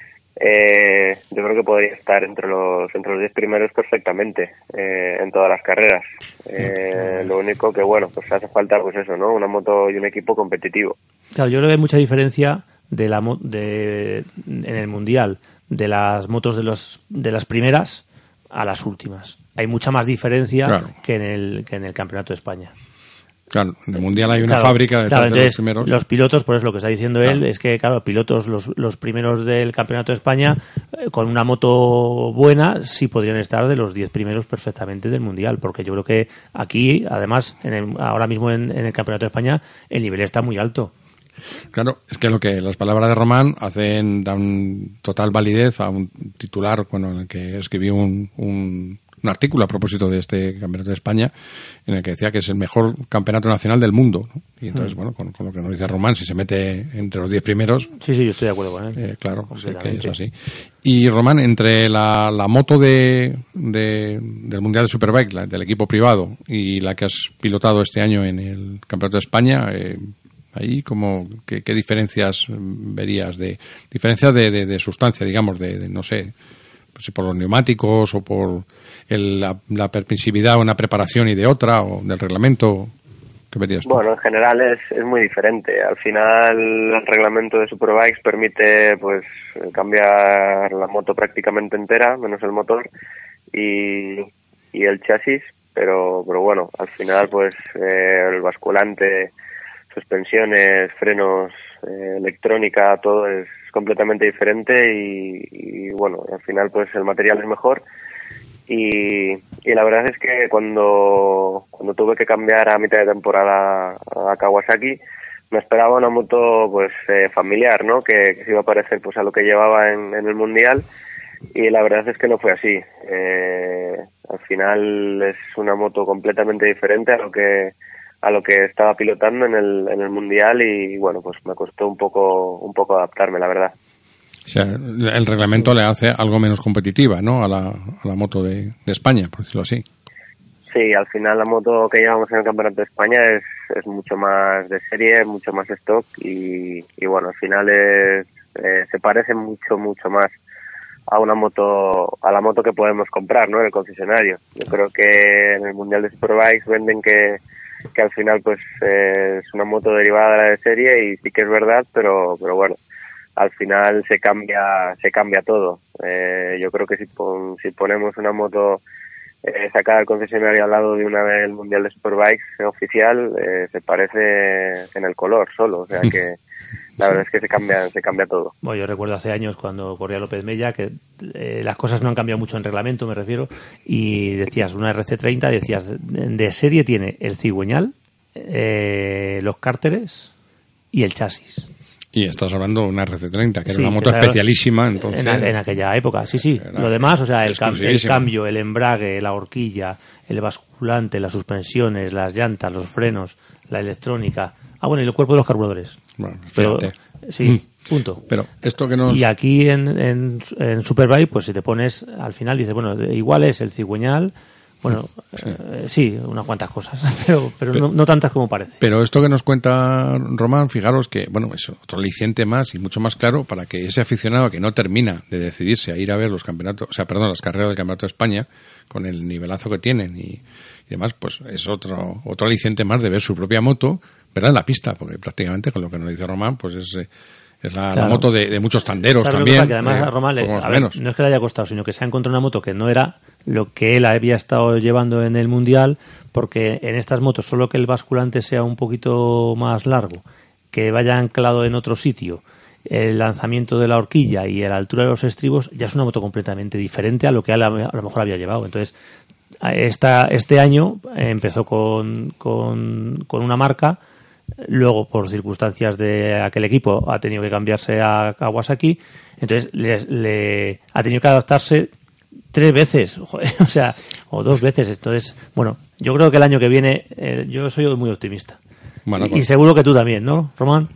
Eh, yo creo que podría estar entre los entre los diez primeros perfectamente eh, en todas las carreras. Eh, lo único que, bueno, pues hace falta pues eso, ¿no? Una moto y un equipo competitivo. Claro, yo creo que hay mucha diferencia de la mo- de en el mundial de las motos de los de las primeras a las últimas. Hay mucha más diferencia claro. que en el que en el Campeonato de España. Claro, en el Mundial hay una claro, fábrica detrás claro, entonces, de los primeros. Los pilotos, por eso lo que está diciendo claro. él, es que, claro, pilotos, los, los primeros del Campeonato de España, eh, con una moto buena, sí podrían estar de los diez primeros perfectamente del Mundial, porque yo creo que aquí, además, en el, ahora mismo en, en el Campeonato de España, el nivel está muy alto. Claro, es que lo que las palabras de Román hacen, dan total validez a un titular, bueno, en el que escribió un, un un artículo a propósito de este Campeonato de España en el que decía que es el mejor campeonato nacional del mundo, ¿no? Y entonces, bueno, con, con lo que nos dice Román, si se mete entre los diez primeros... Sí, sí, yo estoy de acuerdo con él. Eh, claro, sí que es así. Y Román, entre la, la moto de, de del Mundial de Superbike, la, del equipo privado, y la que has pilotado este año en el Campeonato de España, eh, ahí como ¿qué, qué diferencias verías? de Diferencias de, de, de sustancia, digamos, de, de no sé... si por los neumáticos o por el, la, la permisividad de una preparación y de otra, o del reglamento, ¿qué verías tú? Bueno, en general es, es muy diferente. Al final el reglamento de Superbikes permite pues cambiar la moto prácticamente entera, menos el motor y, y el chasis, pero, pero bueno, al final pues eh, el basculante, suspensiones, frenos, eh, electrónica, todo es completamente diferente y, y bueno, al final pues el material es mejor y, y la verdad es que cuando cuando tuve que cambiar a mitad de temporada a Kawasaki me esperaba una moto pues eh, familiar, ¿no? Que, que se iba a parecer pues a lo que llevaba en, en el Mundial y la verdad es que no fue así. Eh, al final es una moto completamente diferente a lo que a lo que estaba pilotando en el en el Mundial y bueno, pues me costó un poco un poco adaptarme, la verdad. O sea, el reglamento le hace algo menos competitiva, ¿no? A la, a la moto de, de España, por decirlo así. Sí, al final la moto que llevamos en el Campeonato de España es, es mucho más de serie, mucho más stock y, y bueno, al final es, eh, se parece mucho, mucho más a una moto, a la moto que podemos comprar, ¿no? En el concesionario. Yo creo que en el Mundial de Superbikes venden que que al final pues eh, es una moto derivada de la de serie y sí que es verdad, pero pero bueno, al final se cambia se cambia todo. Eh, yo creo que si pon, si ponemos una moto eh, sacada del concesionario al lado de una del Mundial de Superbikes eh, oficial, eh, se parece en el color solo, o sea que la verdad es que se cambia se cambia todo. Bueno, yo recuerdo hace años cuando corría López Mella que eh, las cosas no han cambiado mucho en reglamento, me refiero, y decías una R C treinta, decías de, de serie tiene el cigüeñal, eh, los cárteres y el chasis. Y estás hablando de una R C treinta, que era sí, una moto especialísima, entonces... En, en aquella época, sí, sí. Lo demás, o sea, el, cam- el cambio, el embrague, la horquilla, el basculante, las suspensiones, las llantas, los frenos, la electrónica... Ah, bueno, y el cuerpo de los carburadores. Bueno, fíjate. Pero, sí, punto. Pero esto que nos... Y aquí en, en, en Superbike, pues si te pones, al final dices, bueno, igual es el cigüeñal... Bueno, sí, eh, sí unas cuantas cosas, pero, pero, pero no, no tantas como parece. Pero esto que nos cuenta Román, fijaros que, bueno, es otro aliciente más y mucho más claro para que ese aficionado que no termina de decidirse a ir a ver los campeonatos, o sea, perdón, las carreras del Campeonato de España, con el nivelazo que tienen y, y demás, pues es otro otro aliciente más de ver su propia moto, verla en la pista, porque prácticamente con lo que nos dice Román, pues es... Eh, Es la, claro. la moto de, de muchos tanderos también. Que además, eh, Román, le, a ver, no es que le haya costado, sino que se ha encontrado una moto que no era lo que él había estado llevando en el Mundial, porque en estas motos solo que el basculante sea un poquito más largo, que vaya anclado en otro sitio, el lanzamiento de la horquilla y la altura de los estribos, ya es una moto completamente diferente a lo que él a, a lo mejor había llevado. Entonces, esta, este año empezó con, con, con una marca. Luego, por circunstancias de aquel equipo, ha tenido que cambiarse a Kawasaki. Entonces, le, le ha tenido que adaptarse tres veces, joder, o sea, o dos veces. Entonces, bueno, yo creo que el año que viene, eh, yo soy muy optimista. Bueno, y, pues... y seguro que tú también, ¿no, Román?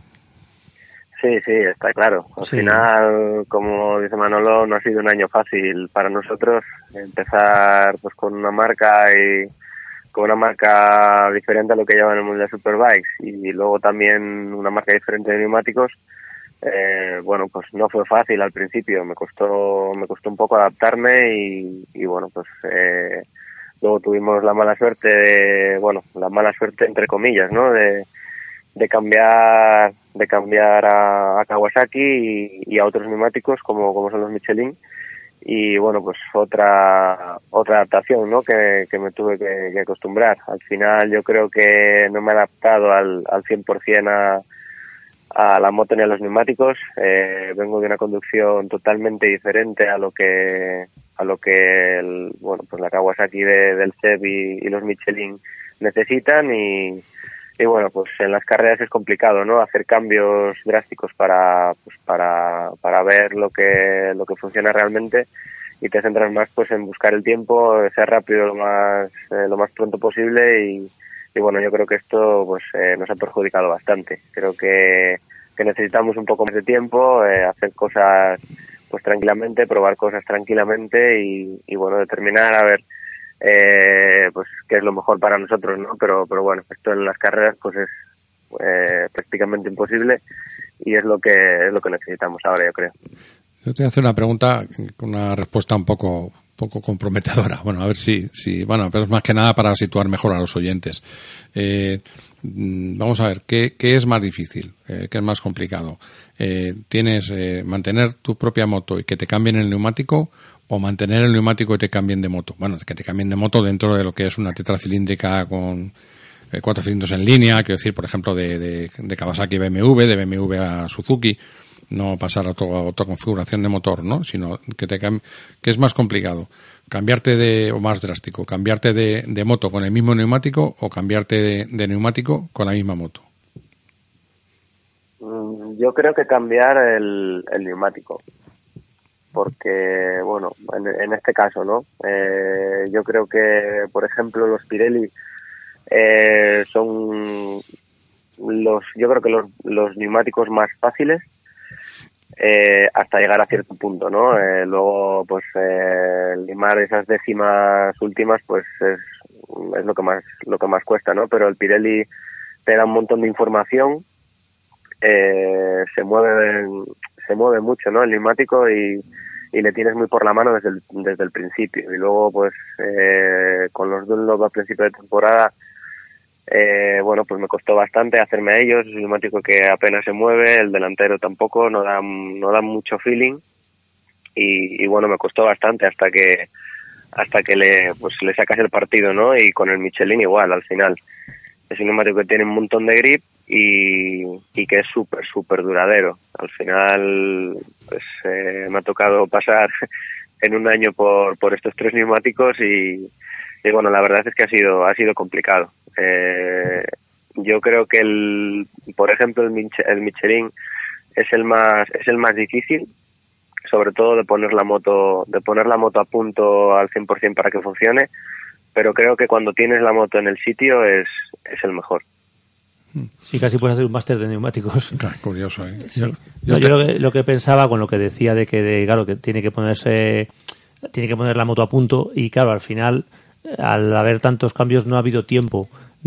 Sí, sí, está claro. Al sí. final, como dice Manolo, no ha sido un año fácil para nosotros empezar pues con una marca y con una marca diferente a lo que lleva en el Mundial de Superbikes y luego también una marca diferente de neumáticos. Eh, bueno, pues no fue fácil al principio, me costó me costó un poco adaptarme y, y bueno, pues eh, luego tuvimos la mala suerte, de, bueno, la mala suerte entre comillas, ¿no? De, de cambiar de cambiar a, a Kawasaki y, y a otros neumáticos como como son los Michelin. y bueno, pues otra otra adaptación, ¿no? Que, que me tuve que, que acostumbrar. Al final yo creo que no me he adaptado al, al cien por ciento a, a la moto ni a los neumáticos. Eh, vengo de una conducción totalmente diferente a lo que a lo que el, bueno, pues la Kawasaki de, del C E B y, y los Michelin necesitan, y y bueno, pues en las carreras es complicado, ¿no? Hacer cambios drásticos para pues para para ver lo que lo que funciona realmente, y te centras más pues en buscar el tiempo, ser rápido lo más eh, lo más pronto posible, y, y bueno, yo creo que esto pues eh, nos ha perjudicado bastante. Creo que que necesitamos un poco más de tiempo, eh, hacer cosas pues tranquilamente, probar cosas tranquilamente, y, y bueno, determinar a ver Eh, pues qué es lo mejor para nosotros, ¿no? Pero pero bueno, esto en las carreras pues es eh, prácticamente imposible, y es lo que es lo que necesitamos ahora, yo creo. Yo te voy a hacer una pregunta con una respuesta un poco poco comprometedora. Bueno, a ver si si bueno, pero es más que nada para situar mejor a los oyentes. Eh, vamos a ver, ¿qué, qué es más difícil? Eh, ¿Qué es más complicado? Eh, ¿Tienes eh, mantener tu propia moto y que te cambien el neumático, o mantener el neumático y te cambien de moto? Bueno, que te cambien de moto dentro de lo que es una tetracilíndrica con eh, cuatro cilindros en línea, quiero decir, por ejemplo, de, de, de Kawasaki a B M W, de B M W a Suzuki, no pasar a, otro, a otra configuración de motor, ¿no? Sino que te cam- que es más complicado, cambiarte de, o más drástico, cambiarte de, de moto con el mismo neumático, o cambiarte de, de neumático con la misma moto. Yo creo que cambiar el, el neumático, porque, bueno, en, en este caso, ¿no? Eh, yo creo que, por ejemplo, los Pirelli eh, son los, yo creo que los, los neumáticos más fáciles eh, hasta llegar a cierto punto, ¿no? Eh, luego, pues, eh, limar esas décimas últimas, pues, es, es lo que más, lo que más cuesta, ¿no? Pero el Pirelli te da un montón de información, eh, se mueve, se mueve mucho, ¿no? El neumático, y y le tienes muy por la mano desde el, desde el principio. Y luego, pues, eh, con los Dunlop a principio de temporada, eh, bueno, pues me costó bastante hacerme a ellos. Es un neumático que apenas se mueve, el delantero tampoco, no da, no da mucho feeling. Y, y bueno, me costó bastante hasta que hasta que le pues le sacas el partido, ¿no? Y con el Michelin igual, al final. Es un neumático que tiene un montón de grip y, y que es súper, súper duradero. Al final, pues eh, me ha tocado pasar en un año por, por estos tres neumáticos, y, y bueno, la verdad es que ha sido, ha sido complicado. Eh, yo creo que el, por ejemplo, el, Mich- el Michelin es el más, es el más difícil, sobre todo de poner la moto, de poner la moto a punto al cien por ciento para que funcione. Pero creo que cuando tienes la moto en el sitio es, es el mejor. Sí, casi puedes hacer un máster de neumáticos. Claro, curioso, ¿eh? Sí. Yo, yo, no, yo lo, que, lo que pensaba con lo que decía de que, de, claro, que tiene que ponerse, tiene que poner la moto a punto, y claro, al final, al haber tantos cambios, no ha habido tiempo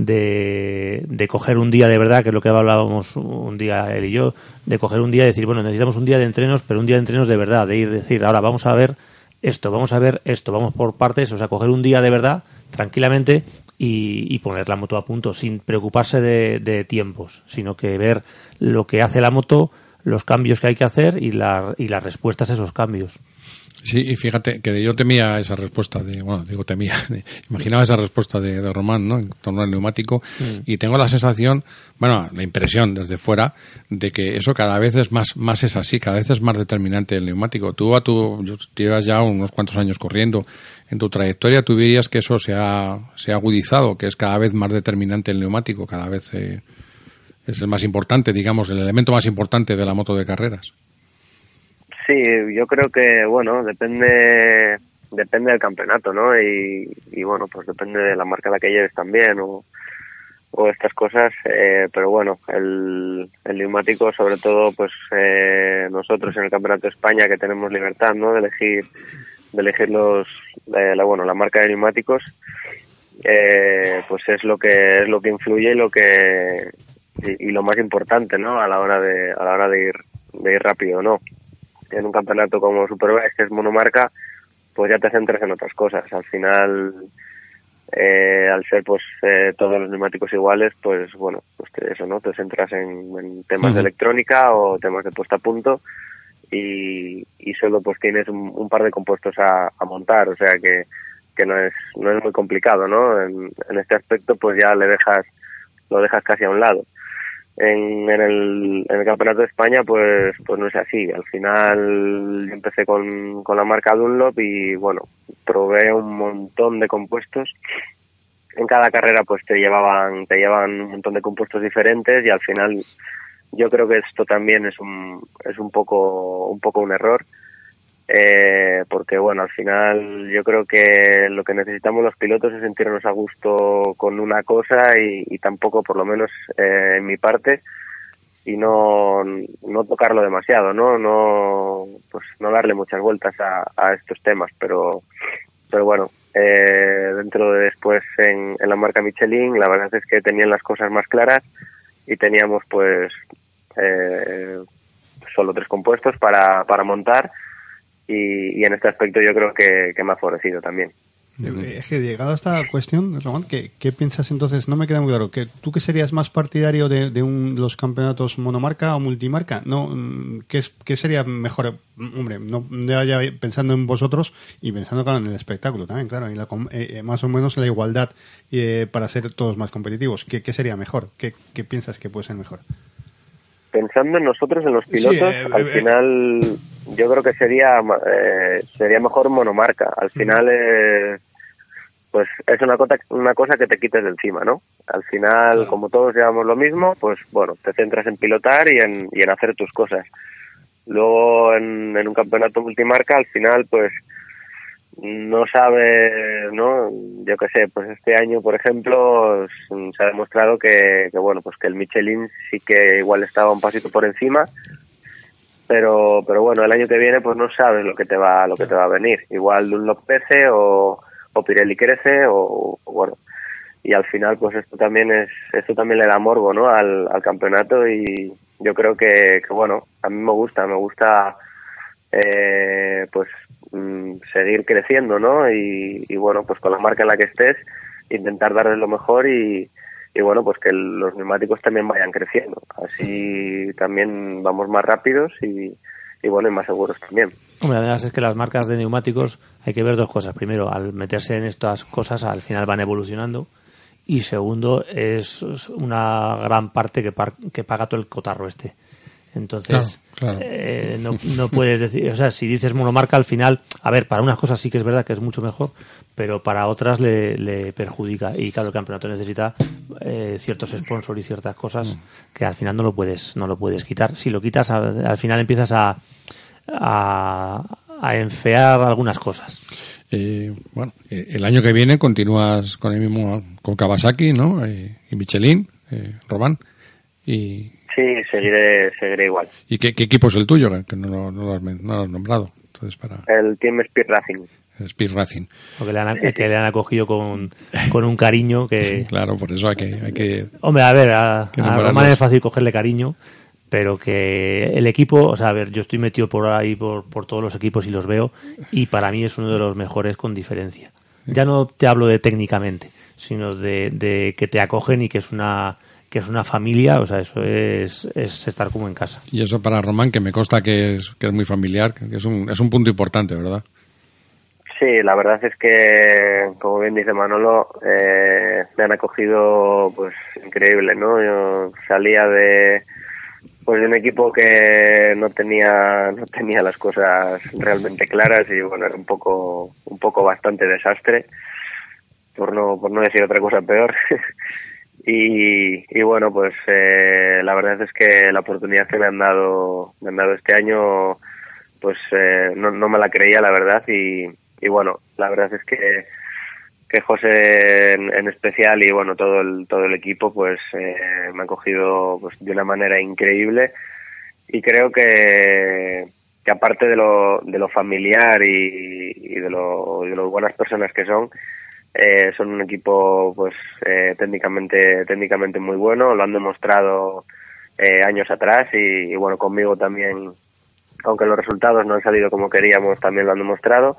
de, de coger un día de verdad, que es lo que hablábamos un día él y yo, de coger un día y decir, bueno, necesitamos un día de entrenos, pero un día de entrenos de verdad, de ir decir, ahora vamos a ver esto, vamos a ver esto, vamos por partes, o sea, coger un día de verdad, tranquilamente, y, y poner la moto a punto, sin preocuparse de, de tiempos, sino que ver lo que hace la moto, los cambios que hay que hacer y, la, y las respuestas a esos cambios. Sí, y fíjate que yo temía esa respuesta de, bueno, digo temía, de, imaginaba esa respuesta de, de Román, ¿no? En torno al neumático, mm. y tengo la sensación, bueno, la impresión desde fuera, de que eso cada vez es más, más es así, cada vez es más determinante el neumático. Tú a tu, llevas ya unos cuantos años corriendo, en tu trayectoria tú dirías que eso se ha, se ha agudizado, que es cada vez más determinante el neumático, cada vez eh, es el más importante, digamos, el elemento más importante de la moto de carreras. Sí, yo creo que, bueno, depende depende del campeonato, ¿no? Y, y bueno, pues depende de la marca a la que lleves también, o, o estas cosas, eh, pero bueno, el, el neumático, sobre todo, pues eh, nosotros en el Campeonato de España, que tenemos libertad, ¿no? De elegir, de elegir los, de la, bueno, la marca de neumáticos, eh, pues es lo que es lo que influye y lo que y, y lo más importante, ¿no? A la hora de a la hora de ir de ir rápido, ¿no? En un campeonato como Superbike, que es monomarca, pues ya te centras en otras cosas. Al final, eh, al ser pues eh, todos los neumáticos iguales, pues bueno, pues te, eso, ¿no? Te centras en, en temas uh-huh. de electrónica o temas de puesta a punto, y, y solo pues tienes un, un par de compuestos a, a montar, o sea que, que no es no es muy complicado, ¿no? En, en este aspecto pues ya le dejas lo dejas casi a un lado. En, en, el, en el Campeonato de España pues pues no es así. Al final yo empecé con, con la marca Dunlop y bueno, probé un montón de compuestos. En cada carrera pues te llevaban te llevaban un montón de compuestos diferentes y al final yo creo que esto también es un es un poco un poco un error, eh, porque bueno, al final yo creo que lo que necesitamos los pilotos es sentirnos a gusto con una cosa y, y tampoco, por lo menos eh, en mi parte, y no no tocarlo demasiado, no no pues no darle muchas vueltas a, a estos temas, pero pero bueno, eh, dentro de después en, en la marca Michelin la verdad es que tenían las cosas más claras y teníamos pues eh, solo tres compuestos para para montar. Y, y en este aspecto yo creo que, que me ha favorecido también. Es que llegado a esta cuestión, Román, ¿qué, qué piensas entonces? No me queda muy claro. ¿Que ¿Tú qué serías más partidario de, de un, los campeonatos monomarca o multimarca? No, ¿qué, qué sería mejor? Hombre, no, no ya pensando en vosotros y pensando claro, en el espectáculo también, claro, y la, eh, más o menos la igualdad eh, para ser todos más competitivos. ¿Qué, qué sería mejor? ¿Qué, ¿Qué piensas que puede ser mejor? Pensando en nosotros, en los pilotos, sí, eh, al eh, final yo creo que sería eh, sería mejor monomarca. Al final, eh, pues es una cosa, una cosa que te quites de encima, ¿no? Al final, claro, como todos llevamos lo mismo, pues bueno, te centras en pilotar y en, y en hacer tus cosas. Luego, en, en un campeonato multimarca, al final, pues no sabe, ¿no? Yo qué sé, pues este año, por ejemplo, se ha demostrado que, que bueno, pues que el Michelin sí que igual estaba un pasito por encima, pero pero bueno, el año que viene pues no sabes lo que te va lo que te va a venir. Igual Dunlop crece o, o Pirelli crece o, o bueno, y al final pues esto también es esto también le da morbo, ¿no? Al, al campeonato y yo creo que, que bueno, a mí me gusta, me gusta eh, pues seguir creciendo, ¿no? Y, y bueno, pues con la marca en la que estés, intentar darles lo mejor y, y bueno, pues que el, los neumáticos también vayan creciendo. Así también vamos más rápidos y, y bueno, y más seguros también. Hombre, la verdad es que las marcas de neumáticos hay que ver dos cosas. Primero, al meterse en estas cosas, al final van evolucionando. Y segundo, es una gran parte que, par, que paga todo el cotarro este. Entonces, claro, claro. Eh, no, no puedes decir, o sea, si dices monomarca, al final, a ver, para unas cosas sí que es verdad que es mucho mejor, pero para otras le, le perjudica. Y claro, el campeonato necesita eh, ciertos sponsors y ciertas cosas que al final no lo puedes, no lo puedes quitar. Si lo quitas, al, al final empiezas a, a, a enfear algunas cosas. Eh, bueno, el año que viene continúas con el mismo, con Kawasaki, ¿no? Eh, y Michelin, eh, Román, y sí, seguiré, seguiré igual. ¿Y qué, qué equipo es el tuyo? Que no, no, no, lo, has, no lo has nombrado. Entonces, para... El Team Speed Racing. El Speed Racing. Porque le han, que le han acogido con, con un cariño que... Sí, claro, por eso hay que... Hay que Hombre, a ver, a, a Román es fácil cogerle cariño, pero que el equipo, o sea, a ver, yo estoy metido por ahí por, por todos los equipos y los veo, y para mí es uno de los mejores con diferencia. Ya no te hablo de técnicamente, sino de, de que te acogen y que es una... que es una familia, o sea, eso es, es estar como en casa. Y eso para Román, que me consta que es, que es muy familiar, que es un, es un punto importante, ¿verdad? Sí, la verdad es que, como bien dice Manolo, eh, me han acogido pues increíble, ¿no? Yo salía de pues de un equipo que no tenía no tenía las cosas realmente claras y bueno, era un poco un poco bastante desastre, por no por no decir otra cosa peor. Y, y bueno, pues eh, la verdad es que la oportunidad que me han dado, me han dado este año, pues eh, no, no me la creía, la verdad, y, y bueno, la verdad es que, que José en, en especial y bueno, todo el, todo el equipo, pues eh, me han cogido pues, de una manera increíble y creo que, que aparte de lo, de lo familiar y, y de lo, de lo buenas personas que son, Eh, son un equipo pues eh, técnicamente técnicamente muy bueno, lo han demostrado eh, años atrás y, y bueno, conmigo también, aunque los resultados no han salido como queríamos, también lo han demostrado,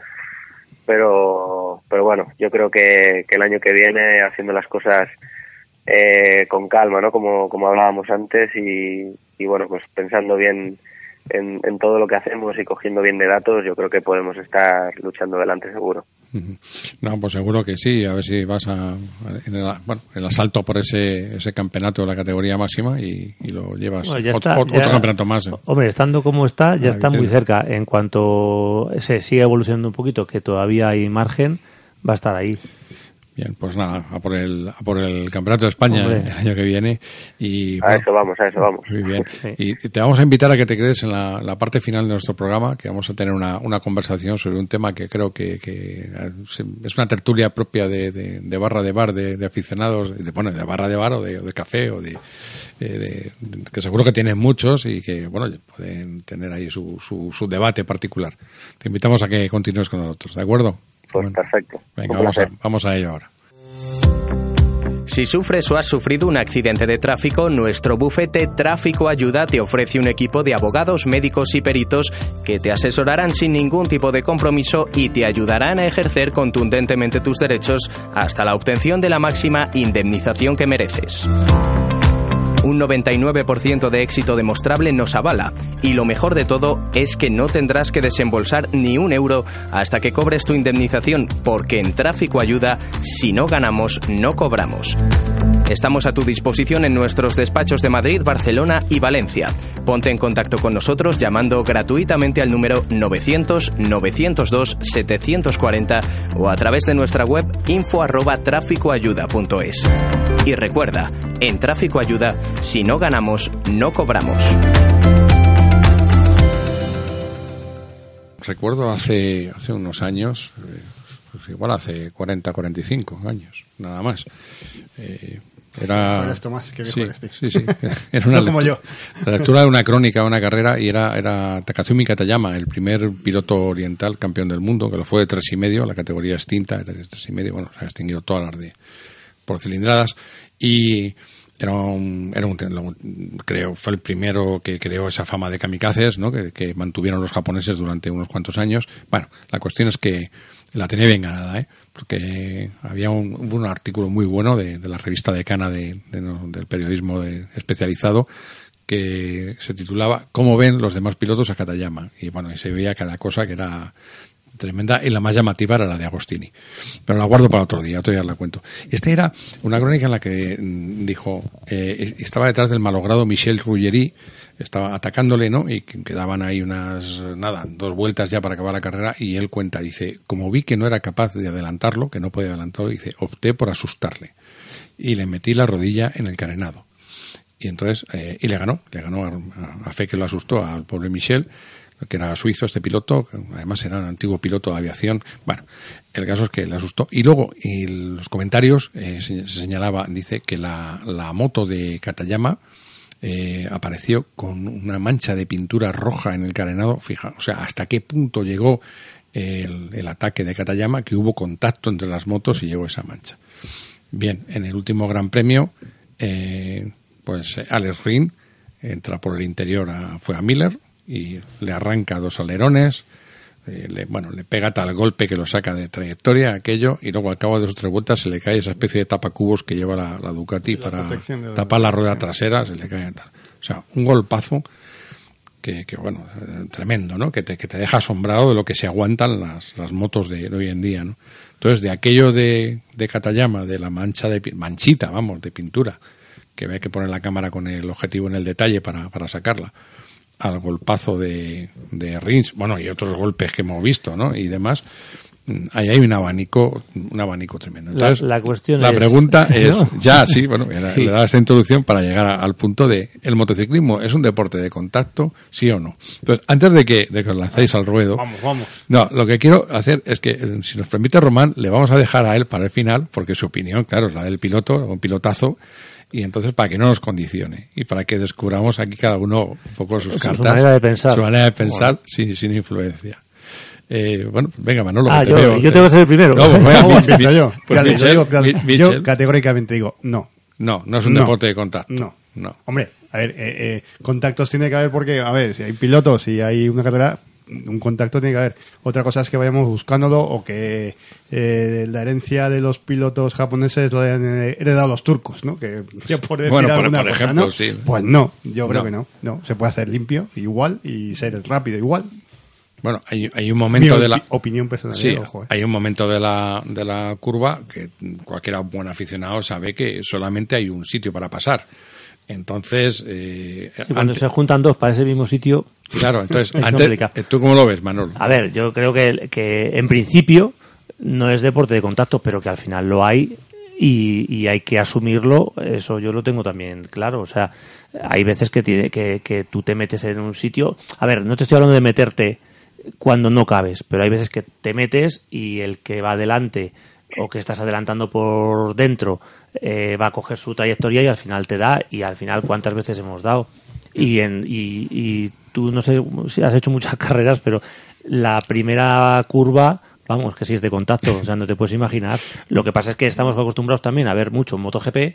pero pero bueno, yo creo que, que el año que viene, haciendo las cosas eh, con calma, ¿no? Como, como hablábamos antes y, y bueno, pues pensando bien en, en todo lo que hacemos y cogiendo bien de datos, yo creo que podemos estar luchando delante seguro. No, pues seguro que sí. A ver si vas a en el, bueno, el asalto por ese ese campeonato de la categoría máxima y, y lo llevas bueno, ya otro, está, otro ya, campeonato más. ¿eh? Hombre, estando como está, ya ah, está muy cerca. En cuanto se siga evolucionando un poquito, que todavía hay margen, va a estar ahí. Bien, pues nada, a por el, a por el Campeonato de España Hombre. el año que viene. Y, a bueno, eso vamos, a eso vamos. Muy bien. Sí. Y te vamos a invitar a que te quedes en la, la parte final de nuestro programa, que vamos a tener una, una conversación sobre un tema que creo que, que es una tertulia propia de, de, de barra de bar, de, de aficionados, de, bueno, de barra de bar o de, de café, o de, de, de, que seguro que tienen muchos y que, bueno, pueden tener ahí su, su, su debate particular. Te invitamos a que continúes con nosotros, ¿de acuerdo? Pues bueno, perfecto. Venga, vamos a, vamos a ello ahora. Si sufres o has sufrido un accidente de tráfico, nuestro bufete Tráfico Ayuda te ofrece un equipo de abogados, médicos y peritos que te asesorarán sin ningún tipo de compromiso y te ayudarán a ejercer contundentemente tus derechos hasta la obtención de la máxima indemnización que mereces. Un noventa y nueve por ciento de éxito demostrable nos avala, y lo mejor de todo es que no tendrás que desembolsar ni un euro hasta que cobres tu indemnización, porque en Tráfico Ayuda, si no ganamos, no cobramos. Estamos a tu disposición en nuestros despachos de Madrid, Barcelona y Valencia. Ponte en contacto con nosotros llamando gratuitamente al número novecientos, novecientos dos, setecientos cuarenta o a través de nuestra web info arroba tráficoayuda punto es. Y recuerda, en Tráfico Ayuda, si no ganamos, no cobramos. Recuerdo hace, hace unos años, eh, pues igual hace cuarenta, cuarenta y cinco años, nada más. Eh, Era, bueno, esto más, que sí, este. sí, sí. Era una no como lectura, yo. La lectura de una crónica, una carrera, y era, era Takazumi Katayama, el primer piloto oriental campeón del mundo, que lo fue de tres y medio, la categoría extinta de tres, tres y medio, bueno, se ha extinguido todas las de por cilindradas, y era un, era un, creo, fue el primero que creó esa fama de kamikazes, ¿no? Que, que mantuvieron los japoneses durante unos cuantos años. Bueno, la cuestión es que la tenía bien ganada, ¿eh? Porque había un, hubo un artículo muy bueno de, de la revista decana de, de, no, del periodismo de, especializado, que se titulaba ¿Cómo ven los demás pilotos a Katayama? Y bueno, y se veía cada cosa que era tremenda, y la más llamativa era la de Agostini. Pero la guardo para otro día, otro día la cuento. Esta era una crónica en la que dijo, eh, estaba detrás del malogrado Michel Ruggieri, estaba atacándole, ¿no? Y quedaban ahí unas, nada, dos vueltas ya para acabar la carrera, y él cuenta, dice, como vi que no era capaz de adelantarlo, que no podía adelantarlo, dice, opté por asustarle. Y le metí la rodilla en el carenado. Y entonces, eh, y le ganó, le ganó a, a fe que lo asustó al pobre Michel, que era suizo este piloto, que además era un antiguo piloto de aviación. Bueno, el caso es que le asustó. Y luego, en los comentarios, eh, se, se señalaba, dice que la, la moto de Katayama eh, apareció con una mancha de pintura roja en el carenado. Fija, o sea, hasta qué punto llegó el, el ataque de Katayama, que hubo contacto entre las motos y llegó esa mancha. Bien, en el último Gran Premio, eh, pues Alex Rins entra por el interior, a, fue a Miller, y le arranca dos alerones, eh, le, bueno, le pega tal golpe que lo saca de trayectoria, aquello, y luego al cabo de sus tres vueltas se le cae esa especie de tapacubos que lleva la, la Ducati la para tapar la rueda trasera, se le cae tal. O sea, un golpazo que, que bueno, tremendo, ¿no? Que te, que te deja asombrado de lo que se aguantan las, las motos de, de hoy en día, ¿no? Entonces, de aquello de, de Katayama, de la mancha de manchita, vamos, de pintura, que hay que poner la cámara con el objetivo en el detalle para, para sacarla, al golpazo de, de Rins, bueno, y otros golpes que hemos visto, ¿no? Y demás, ahí hay un abanico, un abanico tremendo. Entonces, la, la cuestión la es, pregunta es, ¿no? ya, sí, bueno, le, sí. le da esta introducción para llegar a, al punto de, ¿el motociclismo es un deporte de contacto, sí o no? Entonces, antes de que, de que os lancéis al ruedo, vamos, vamos. No, lo que quiero hacer es que, si nos permite Román, le vamos a dejar a él para el final, porque su opinión, claro, es la del piloto, un pilotazo, y entonces para que no nos condicione y para que descubramos aquí cada uno un poco sus su cartas, su manera de pensar, su manera de pensar bueno. sin, sin influencia. Eh, bueno, pues venga, Manolo. Ah, que yo, te veo, yo tengo que ser el primero. No, pues venga, no, Mich, empiezo yo. Pues Dale, Michel, yo, digo, Mi, yo Michel. categóricamente digo, no. No, no es un no. deporte de contacto. No. no. Hombre, a ver, eh, eh, contactos tiene que haber porque, a ver, si hay pilotos y hay una carrera, un contacto tiene que haber. Otra cosa es que vayamos buscándolo o que eh, la herencia de los pilotos japoneses lo hayan heredado los turcos, ¿no? Que ya por decir bueno, por, alguna por cosa, ejemplo, ¿no? sí. Pues no, yo creo no. que no. No, se puede hacer limpio, igual, y ser rápido igual. Bueno, hay, hay un momento Mi de la opinión personal. sí, eh, ojo, eh. hay un momento de la de la curva que cualquier buen aficionado sabe que solamente hay un sitio para pasar. Entonces, eh, sí, cuando antes, se juntan dos para ese mismo sitio. Claro, entonces, antes, ¿tú cómo lo ves, Manolo? A ver, yo creo que, que en principio no es deporte de contacto, pero que al final lo hay y, y hay que asumirlo. Eso yo lo tengo también claro. O sea, hay veces que, tiene, que, que tú te metes en un sitio. A ver, no te estoy hablando de meterte cuando no cabes, pero hay veces que te metes y el que va adelante o que estás adelantando por dentro eh, va a coger su trayectoria y al final te da, y al final cuántas veces hemos dado y, en, y, y tú no sé si has hecho muchas carreras, pero la primera curva, vamos, que si es de contacto, o sea, no te puedes imaginar. Lo que pasa es que estamos acostumbrados también a ver mucho MotoGP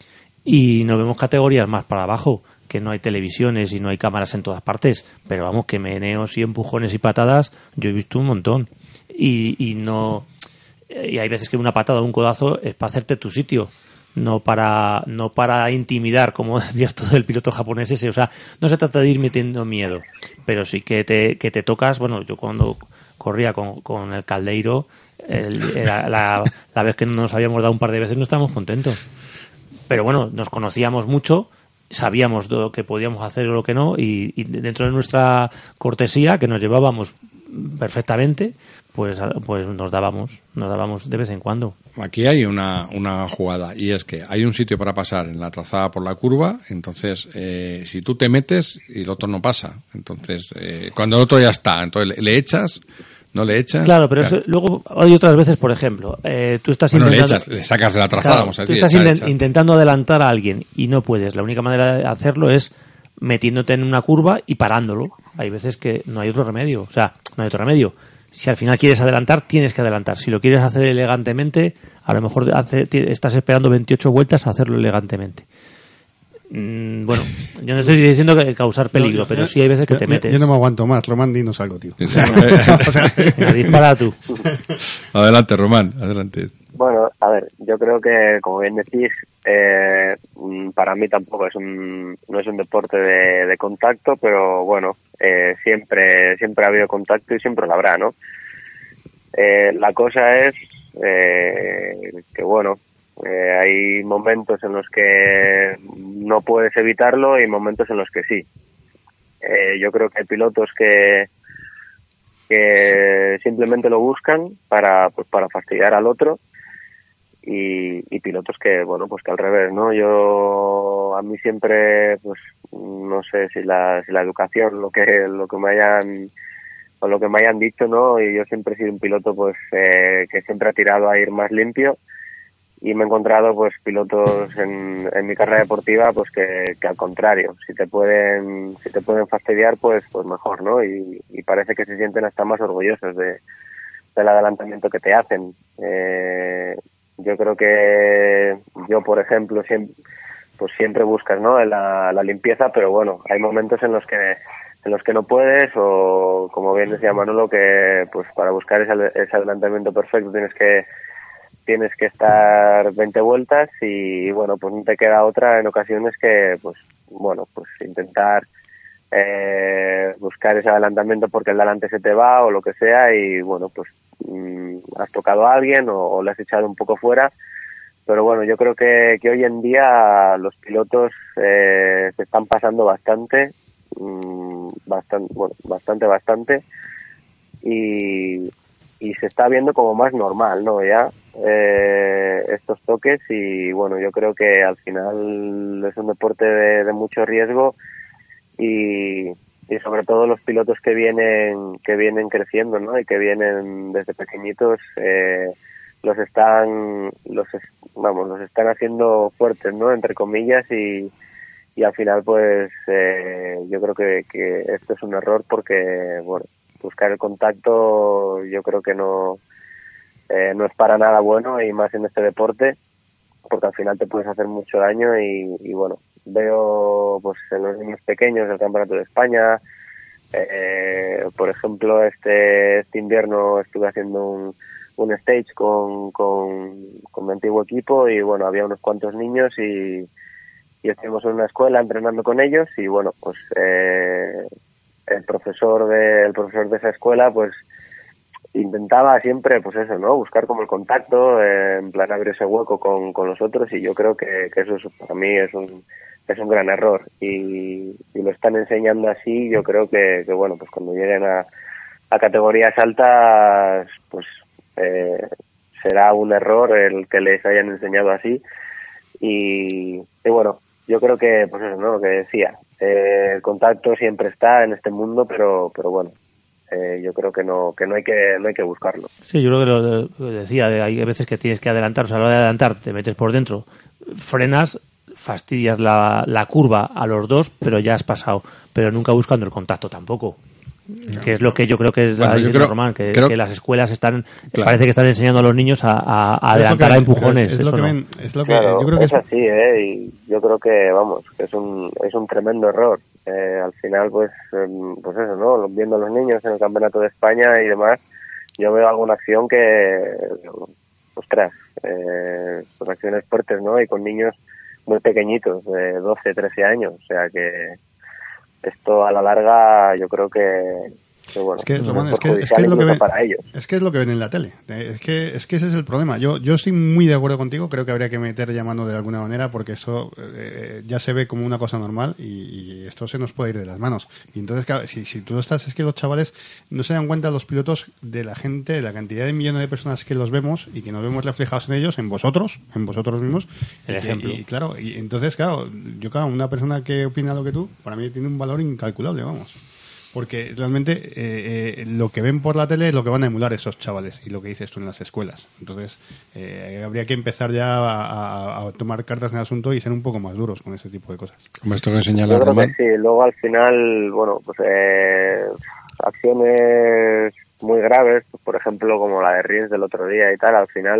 y no vemos categorías más para abajo, que no hay televisiones y no hay cámaras en todas partes, pero vamos, que meneos y empujones y patadas yo he visto un montón y, y no y hay veces que una patada o un codazo es para hacerte tu sitio, no para no para intimidar, como decías tú del piloto japonés ese. O sea, no se trata de ir metiendo miedo, pero sí que te que te tocas. Bueno, yo cuando corría con, con el Caldeiro, el, la, la, la vez que nos habíamos dado un par de veces no estábamos contentos, pero bueno, nos conocíamos mucho, sabíamos lo que podíamos hacer o lo que no, y, y dentro de nuestra cortesía, que nos llevábamos perfectamente, pues pues nos dábamos nos dábamos de vez en cuando. Aquí hay una, una jugada, y es que hay un sitio para pasar en la trazada por la curva. Entonces eh, si tú te metes y el otro no pasa, entonces eh, cuando el otro ya está, entonces le, le echas, no le echas. Claro, pero claro. Eso, luego hay otras veces, por ejemplo, eh, tú estás bueno, intentando, le echas, le sacas de la trazada, claro, vamos a tú decir. estás echar, intent, echar. intentando adelantar a alguien y no puedes. La única manera de hacerlo es metiéndote en una curva y parándolo. Hay veces que no hay otro remedio, o sea, no hay otro remedio. Si al final quieres adelantar, tienes que adelantar. Si lo quieres hacer elegantemente, a lo mejor hace, estás esperando veintiocho vueltas a hacerlo elegantemente. Mm, bueno, yo no estoy diciendo que causar peligro, no, pero yo, sí hay venos que yo, te metes. Yo no me aguanto más, Román, dinos algo, tío. O sea, Venga, dispara tú. Adelante, Román, adelante. Bueno, a ver, yo creo que, como bien decís, eh, para mí tampoco es un no es un deporte de, de contacto, pero bueno, eh, siempre siempre ha habido contacto y siempre lo habrá, ¿no? Eh, la cosa es eh, que, bueno, eh, hay momentos en los que no puedes evitarlo y momentos en los que sí. Eh, yo creo que hay pilotos que que simplemente lo buscan para pues para fastidiar al otro. Y, y pilotos que, bueno, pues que al revés, ¿no? Yo, a mí siempre, pues, no sé si la, si la educación, lo que, lo que me hayan, o lo que me hayan dicho, ¿no? Y yo siempre he sido un piloto, pues, eh, que siempre ha tirado a ir más limpio, y me he encontrado, pues, pilotos en, en mi carrera deportiva, pues, que, que al contrario, si te pueden, si te pueden fastidiar, pues, pues mejor, ¿no? Y, y parece que se sienten hasta más orgullosos de, del adelantamiento que te hacen. Eh, Yo creo que yo, por ejemplo, siempre, pues siempre buscas, ¿no?, la, la limpieza, pero bueno, hay momentos en los que en los que no puedes, o como bien decía Manolo, que pues para buscar ese, ese adelantamiento perfecto tienes que tienes que estar veinte vueltas y bueno, pues no te queda otra en ocasiones que pues bueno, pues intentar eh, buscar ese adelantamiento porque el de adelante se te va o lo que sea, y bueno, pues has tocado a alguien o, o le has echado un poco fuera, pero bueno, yo creo que, que hoy en día los pilotos eh, se están pasando bastante, mmm, bastante, bueno, bastante, bastante, y, y se está viendo como más normal, ¿no? Ya eh, estos toques, y bueno, yo creo que al final es un deporte de, de mucho riesgo, y y sobre todo los pilotos que vienen que vienen creciendo, ¿no? Y que vienen desde pequeñitos, eh, los están los vamos los están haciendo fuertes, ¿no?, entre comillas, y y al final pues eh, yo creo que, que esto es un error, porque bueno, buscar el contacto yo creo que no eh, no es para nada bueno, y más en este deporte, porque al final te puedes hacer mucho daño. Y, y bueno, veo pues en los niños pequeños del Campeonato de España, eh, por ejemplo, este, este invierno estuve haciendo un, un stage con, con, con mi antiguo equipo y bueno, había unos cuantos niños y, y estuvimos en una escuela entrenando con ellos y bueno, pues eh, el profesor de, el profesor de esa escuela pues intentaba siempre, pues eso, ¿no? Buscar como el contacto, eh, en plan abrir ese hueco con, con los otros y yo creo que, que eso es, para mí es un, es un gran error y, y lo están enseñando así. Yo creo que, que bueno, pues cuando lleguen a, a categorías altas, pues eh, será un error el que les hayan enseñado así y, y bueno, yo creo que, pues eso, ¿no? Lo que decía, eh, el contacto siempre está en este mundo, pero, pero bueno. Eh, yo creo que no que no hay que no hay que buscarlo. Sí, yo creo que lo, lo decía, hay veces que tienes que adelantar, o sea, a la hora de adelantar te metes por dentro, frenas, fastidias la, la curva a los dos, pero ya has pasado, pero nunca buscando el contacto tampoco. No. Que es lo que yo creo que es, bueno, es creo, normal, que, creo, que las escuelas están, claro. Parece que están enseñando a los niños a, a, a adelantar a empujones. Es, es, lo que no. ven, es lo que claro, yo creo que es, es así, ¿eh? Y yo creo que, vamos, que es un, es un tremendo error. Eh, al final, pues, eh, pues eso, ¿no? Viendo a los niños en el Campeonato de España y demás, yo veo alguna acción que, ostras, eh, son acciones fuertes, ¿no? Y con niños muy pequeñitos, de doce, trece años, o sea que esto a la larga yo creo que, que bueno, es que, es, Román, es, que, es, que es lo que ven, para ellos. Es que es lo que ven en la tele. Es que es que ese es el problema. Yo yo estoy muy de acuerdo contigo. Creo que habría que meter ya mano de alguna manera porque eso eh, ya se ve como una cosa normal y, y esto se nos puede ir de las manos. Y entonces, claro, si, si tú estás, es que los chavales no se dan cuenta, los pilotos, de la gente, de la cantidad de millones de personas que los vemos y que nos vemos reflejados en ellos, en vosotros, en vosotros mismos. El y ejemplo. Que, y claro, y entonces, claro, yo claro, una persona que opina lo que tú, para mí tiene un valor incalculable, vamos. Porque realmente eh, eh, lo que ven por la tele es lo que van a emular esos chavales y lo que dices tú en las escuelas. Entonces, eh, habría que empezar ya a, a, a tomar cartas en el asunto y ser un poco más duros con ese tipo de cosas. Esto que señala Yo creo Román. que sí, luego al final, bueno, pues eh, acciones muy graves, pues, por ejemplo, como la de Rins del otro día y tal, al final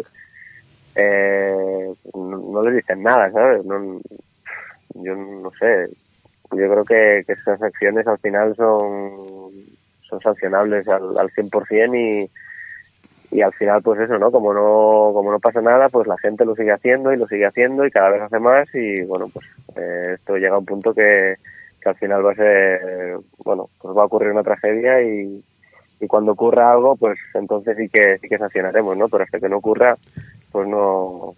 eh, no, no les dicen nada, ¿sabes? No, yo no sé. Yo creo que, que esas acciones al final son son sancionables al, al cien por ciento y, y al final pues eso, ¿no? Como no como no pasa nada, pues la gente lo sigue haciendo y lo sigue haciendo y cada vez hace más y bueno, pues eh, esto llega a un punto que, que al final va a ser, bueno, pues va a ocurrir una tragedia y, y cuando ocurra algo, pues entonces sí que sí que sancionaremos, ¿no? Pero hasta que no ocurra, pues no,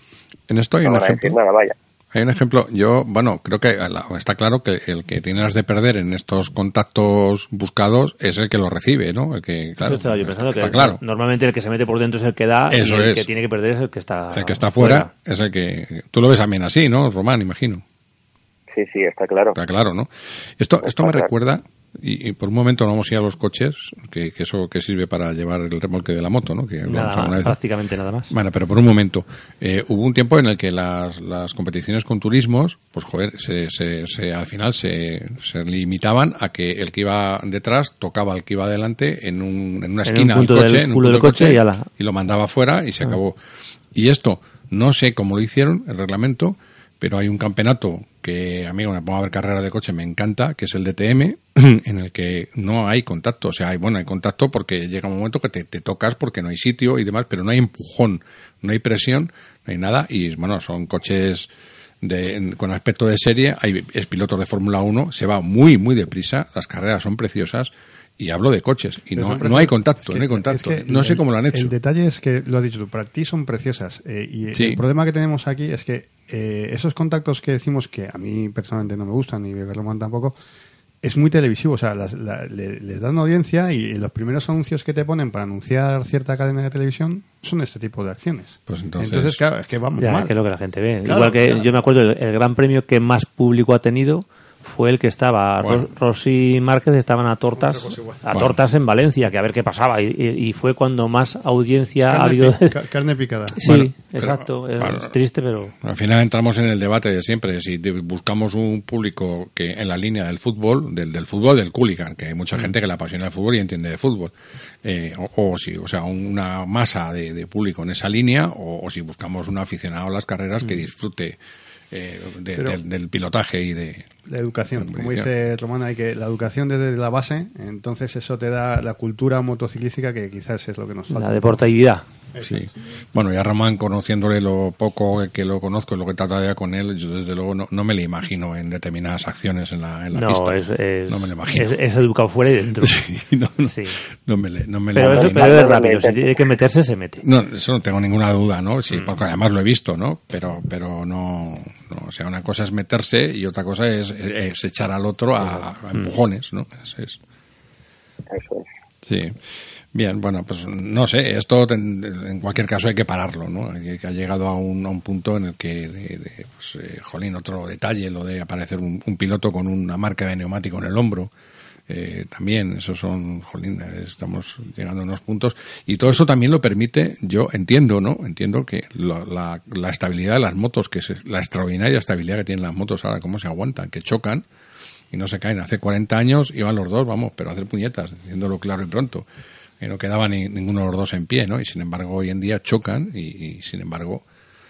en esto hay no un van a ejemplo. decir nada, vaya. Hay un ejemplo, yo, bueno, creo que está claro que el que tiene las de perder en estos contactos buscados es el que lo recibe, ¿no? El que, claro, Eso estaba yo pensando, está, está que claro. Normalmente el que se mete por dentro es el que da. Eso y el es. que tiene que perder es el que está El que está fuera, fuera es el que... Tú lo ves también así, ¿no, Román? Imagino. Sí, sí, está claro. Está claro, ¿no? Esto, esto me claro. recuerda... Y, y por un momento no vamos a ir a los coches, que, que eso que sirve para llevar el remolque de la moto, ¿no? Que nada más, vez. prácticamente nada más. Bueno, pero por un momento. Eh, hubo un tiempo en el que las, las competiciones con turismos, pues joder, se, se, se, al final se, se limitaban a que el que iba detrás tocaba al que iba adelante en, un, en una esquina en un punto del coche, del en un culo punto del coche, coche y, ala. y lo mandaba fuera y se ah. acabó. Y esto, no sé cómo lo hicieron, el reglamento, pero hay un campeonato que a mí, cuando me pongo a ver carreras de coche, me encanta, que es el D T M, en el que no hay contacto. O sea, hay, bueno, hay contacto porque llega un momento que te, te tocas porque no hay sitio y demás, pero no hay empujón, no hay presión, no hay nada. Y, bueno, son coches de, con aspecto de serie, hay, es pilotos de Fórmula uno, se va muy, muy deprisa, las carreras son preciosas. Y hablo de coches, y no, no hay contacto, es que, no hay contacto. Es que no el, sé cómo lo han hecho. El detalle es que, lo has dicho tú, para ti son preciosas. Eh, y sí. El problema que tenemos aquí es que eh, esos contactos que decimos que a mí personalmente no me gustan, ni a Román tampoco, es muy televisivo. O sea, las, la, le, les dan audiencia y los primeros anuncios que te ponen para anunciar cierta cadena de televisión son este tipo de acciones. Pues entonces, entonces claro, es que vamos ya, mal. Que es lo que la gente ve. Claro, Igual que claro. yo me acuerdo, el, el gran premio que más público ha tenido fue el que estaba, bueno. Rossi y Márquez estaban a tortas a bueno. tortas en Valencia, que a ver qué pasaba, y, y fue cuando más audiencia carne, ha habido. Pica, carne picada. Sí, bueno, exacto, pero, es bueno, triste, pero... Al final entramos en el debate de siempre, si buscamos un público que en la línea del fútbol, del, del fútbol del hooligan, que hay mucha mm. gente que le apasiona el fútbol y entiende de fútbol, eh, o, o si, o sea, una masa de, de público en esa línea, o, o si buscamos un aficionado a las carreras mm. que disfrute eh, de, Pero, del, del pilotaje y de la educación. Como dice Román, hay que la educación desde la base, entonces eso te da la cultura motociclística que quizás es lo que nos falta. La deportividad. Sí. Bueno, y a Román, conociéndole lo poco que lo conozco y lo que he tratado ya con él, yo desde luego no, no me le imagino en determinadas acciones en la, en la no, pista. Es, es, no me lo imagino. Es, es educado fuera y dentro. Sí, no, no, sí. no me le, no me pero, le eso, pero es rápido, si tiene que meterse, se mete. No, eso no tengo ninguna duda, ¿no? Sí, mm. porque además lo he visto, ¿no? Pero, pero no, no, o sea, una cosa es meterse y otra cosa es, es echar al otro a, a empujones, ¿no? Eso es. Eso es. Sí. Bien, bueno, pues no sé, esto en cualquier caso hay que pararlo, ¿no? Que ha llegado a un, a un punto en el que, de, de, pues, eh, jolín, otro detalle, lo de aparecer un, un piloto con una marca de neumático en el hombro, eh, también, esos son, jolín, estamos llegando a unos puntos, y todo eso también lo permite, yo entiendo, ¿no? Entiendo que la, la, la estabilidad de las motos, que es la extraordinaria estabilidad que tienen las motos ahora, cómo se aguantan, que chocan y no se caen. Hace cuarenta años iban los dos, vamos, pero a hacer puñetas, diciéndolo claro y pronto. Que no quedaba ni, ninguno de los dos en pie, ¿no? Y sin embargo hoy en día chocan y, y sin embargo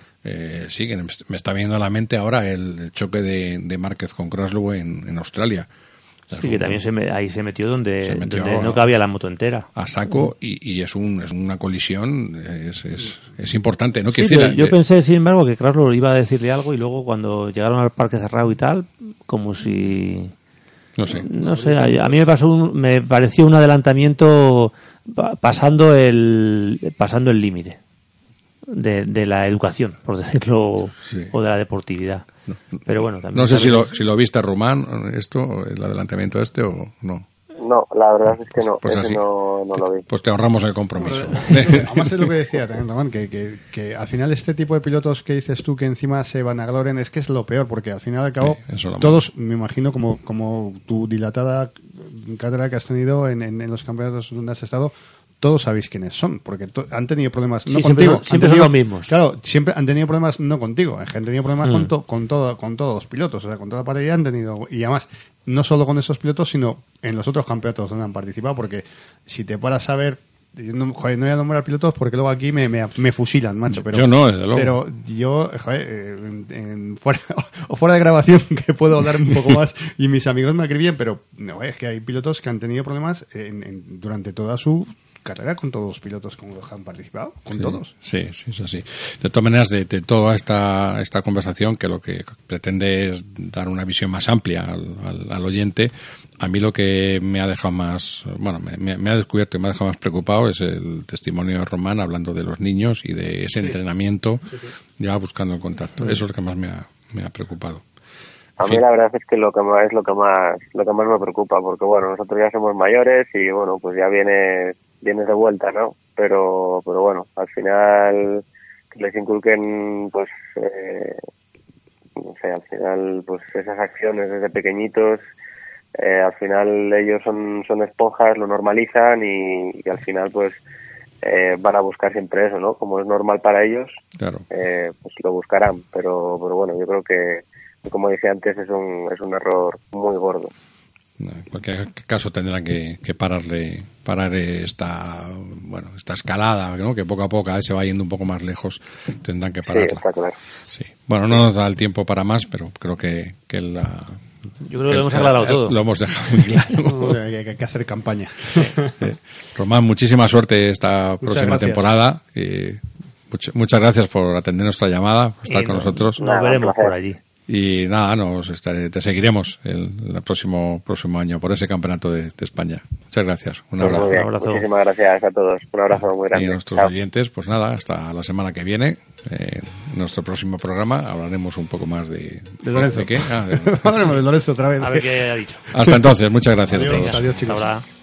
eh, sí, que me está viendo a la mente ahora el, el choque de, de Márquez con Kraslow en, en Australia. O sea, sí, que también se me, ahí se metió donde, se metió donde no cabía la moto entera. A saco y, y es, un, es una colisión, es, es, es importante, ¿no? Sí, decir, yo de... pensé, sin embargo, que Kraslow iba a decirle algo y luego cuando llegaron al parque cerrado y tal, como si... No sé. No sé, a mí me pasó un, me pareció un adelantamiento pasando el pasando el límite de, de la educación, por decirlo, sí. O de la deportividad. No, pero bueno, también no sé si lo, si lo viste, Román, esto, el adelantamiento este o no. No, la verdad es que no, pues ese no, no lo vi. Pues te ahorramos el compromiso. Además es lo que decía también, Román, que, que, que al final este tipo de pilotos que dices tú que encima se vanaglorian es que es lo peor, porque al final al cabo sí, todos, me imagino, como, como tu dilatada cátedra que has tenido en, en, en los campeonatos donde has estado, todos sabéis quiénes son, porque to- han tenido problemas no sí, contigo. Siempre, siempre tenido, son los mismos. Claro, siempre han tenido problemas no contigo, han tenido problemas mm. con, to- con, todo, con todos los pilotos, o sea, con toda la parrilla han tenido, y además, no solo con esos pilotos, sino en los otros campeonatos donde han participado, porque si te paras a ver, yo no, joder, no voy a nombrar pilotos porque luego aquí me, me, me fusilan, macho. Pero, yo no, desde luego. Pero yo, joder, en, en fuera, o fuera de grabación, que puedo hablar un poco más y mis amigos me acribían, pero no, es que hay pilotos que han tenido problemas en, en, durante toda su carrera con todos los pilotos con los que han participado, con sí, todos. Sí, sí, es así. De todas maneras, de, de toda esta esta conversación, que lo que pretende es dar una visión más amplia al, al, al oyente, a mí lo que me ha dejado más, bueno, me, me ha descubierto y me ha dejado más preocupado es el testimonio de Román hablando de los niños y de ese sí. entrenamiento, sí, sí. ya buscando el contacto. Sí. Eso es lo que más me ha, me ha preocupado. A mí la verdad es que lo que más es lo que más lo que más me preocupa, porque bueno, nosotros ya somos mayores y bueno, pues ya viene vienes de vuelta, ¿no? Pero pero bueno, al final que les inculquen pues eh, no sé, al final pues esas acciones desde pequeñitos, eh, al final ellos son son esponjas, lo normalizan y, y al final pues eh, van a buscar siempre eso, ¿no? Como es normal para ellos, claro. eh, pues lo buscarán, pero pero bueno, yo creo que como dije antes, es un es un error muy gordo. En cualquier caso tendrán que, que pararle parar esta bueno esta escalada, ¿no? Que poco a poco cada vez se va yendo un poco más lejos, tendrán que pararla. Sí, está claro. Sí. Bueno, no nos da el tiempo para más, pero creo que, que la yo creo que lo hemos aclarado el, todo. Lo hemos dejado muy claro. hay, que, hay que hacer campaña. eh, Román, muchísima suerte esta muchas próxima gracias. temporada. Eh, much, muchas gracias por atender nuestra llamada, por estar y con nos, nosotros. Nos veremos por allí. Y nada, nos estaré, te seguiremos el, el próximo próximo año por ese campeonato de, de España. Muchas gracias. Un abrazo. Muy bien. Un abrazo. Muchísimas gracias a todos. Un abrazo muy grande. Y a nuestros Chao. oyentes, pues nada, hasta la semana que viene. Eh, en nuestro próximo programa hablaremos un poco más de... ¿De Lorenzo? ¿De qué? Ah, de... Hablaremos de Lorenzo otra vez. A ver qué ha dicho. Hasta entonces, muchas gracias Adiós, a todos. Adiós, chicos. Hasta ahora.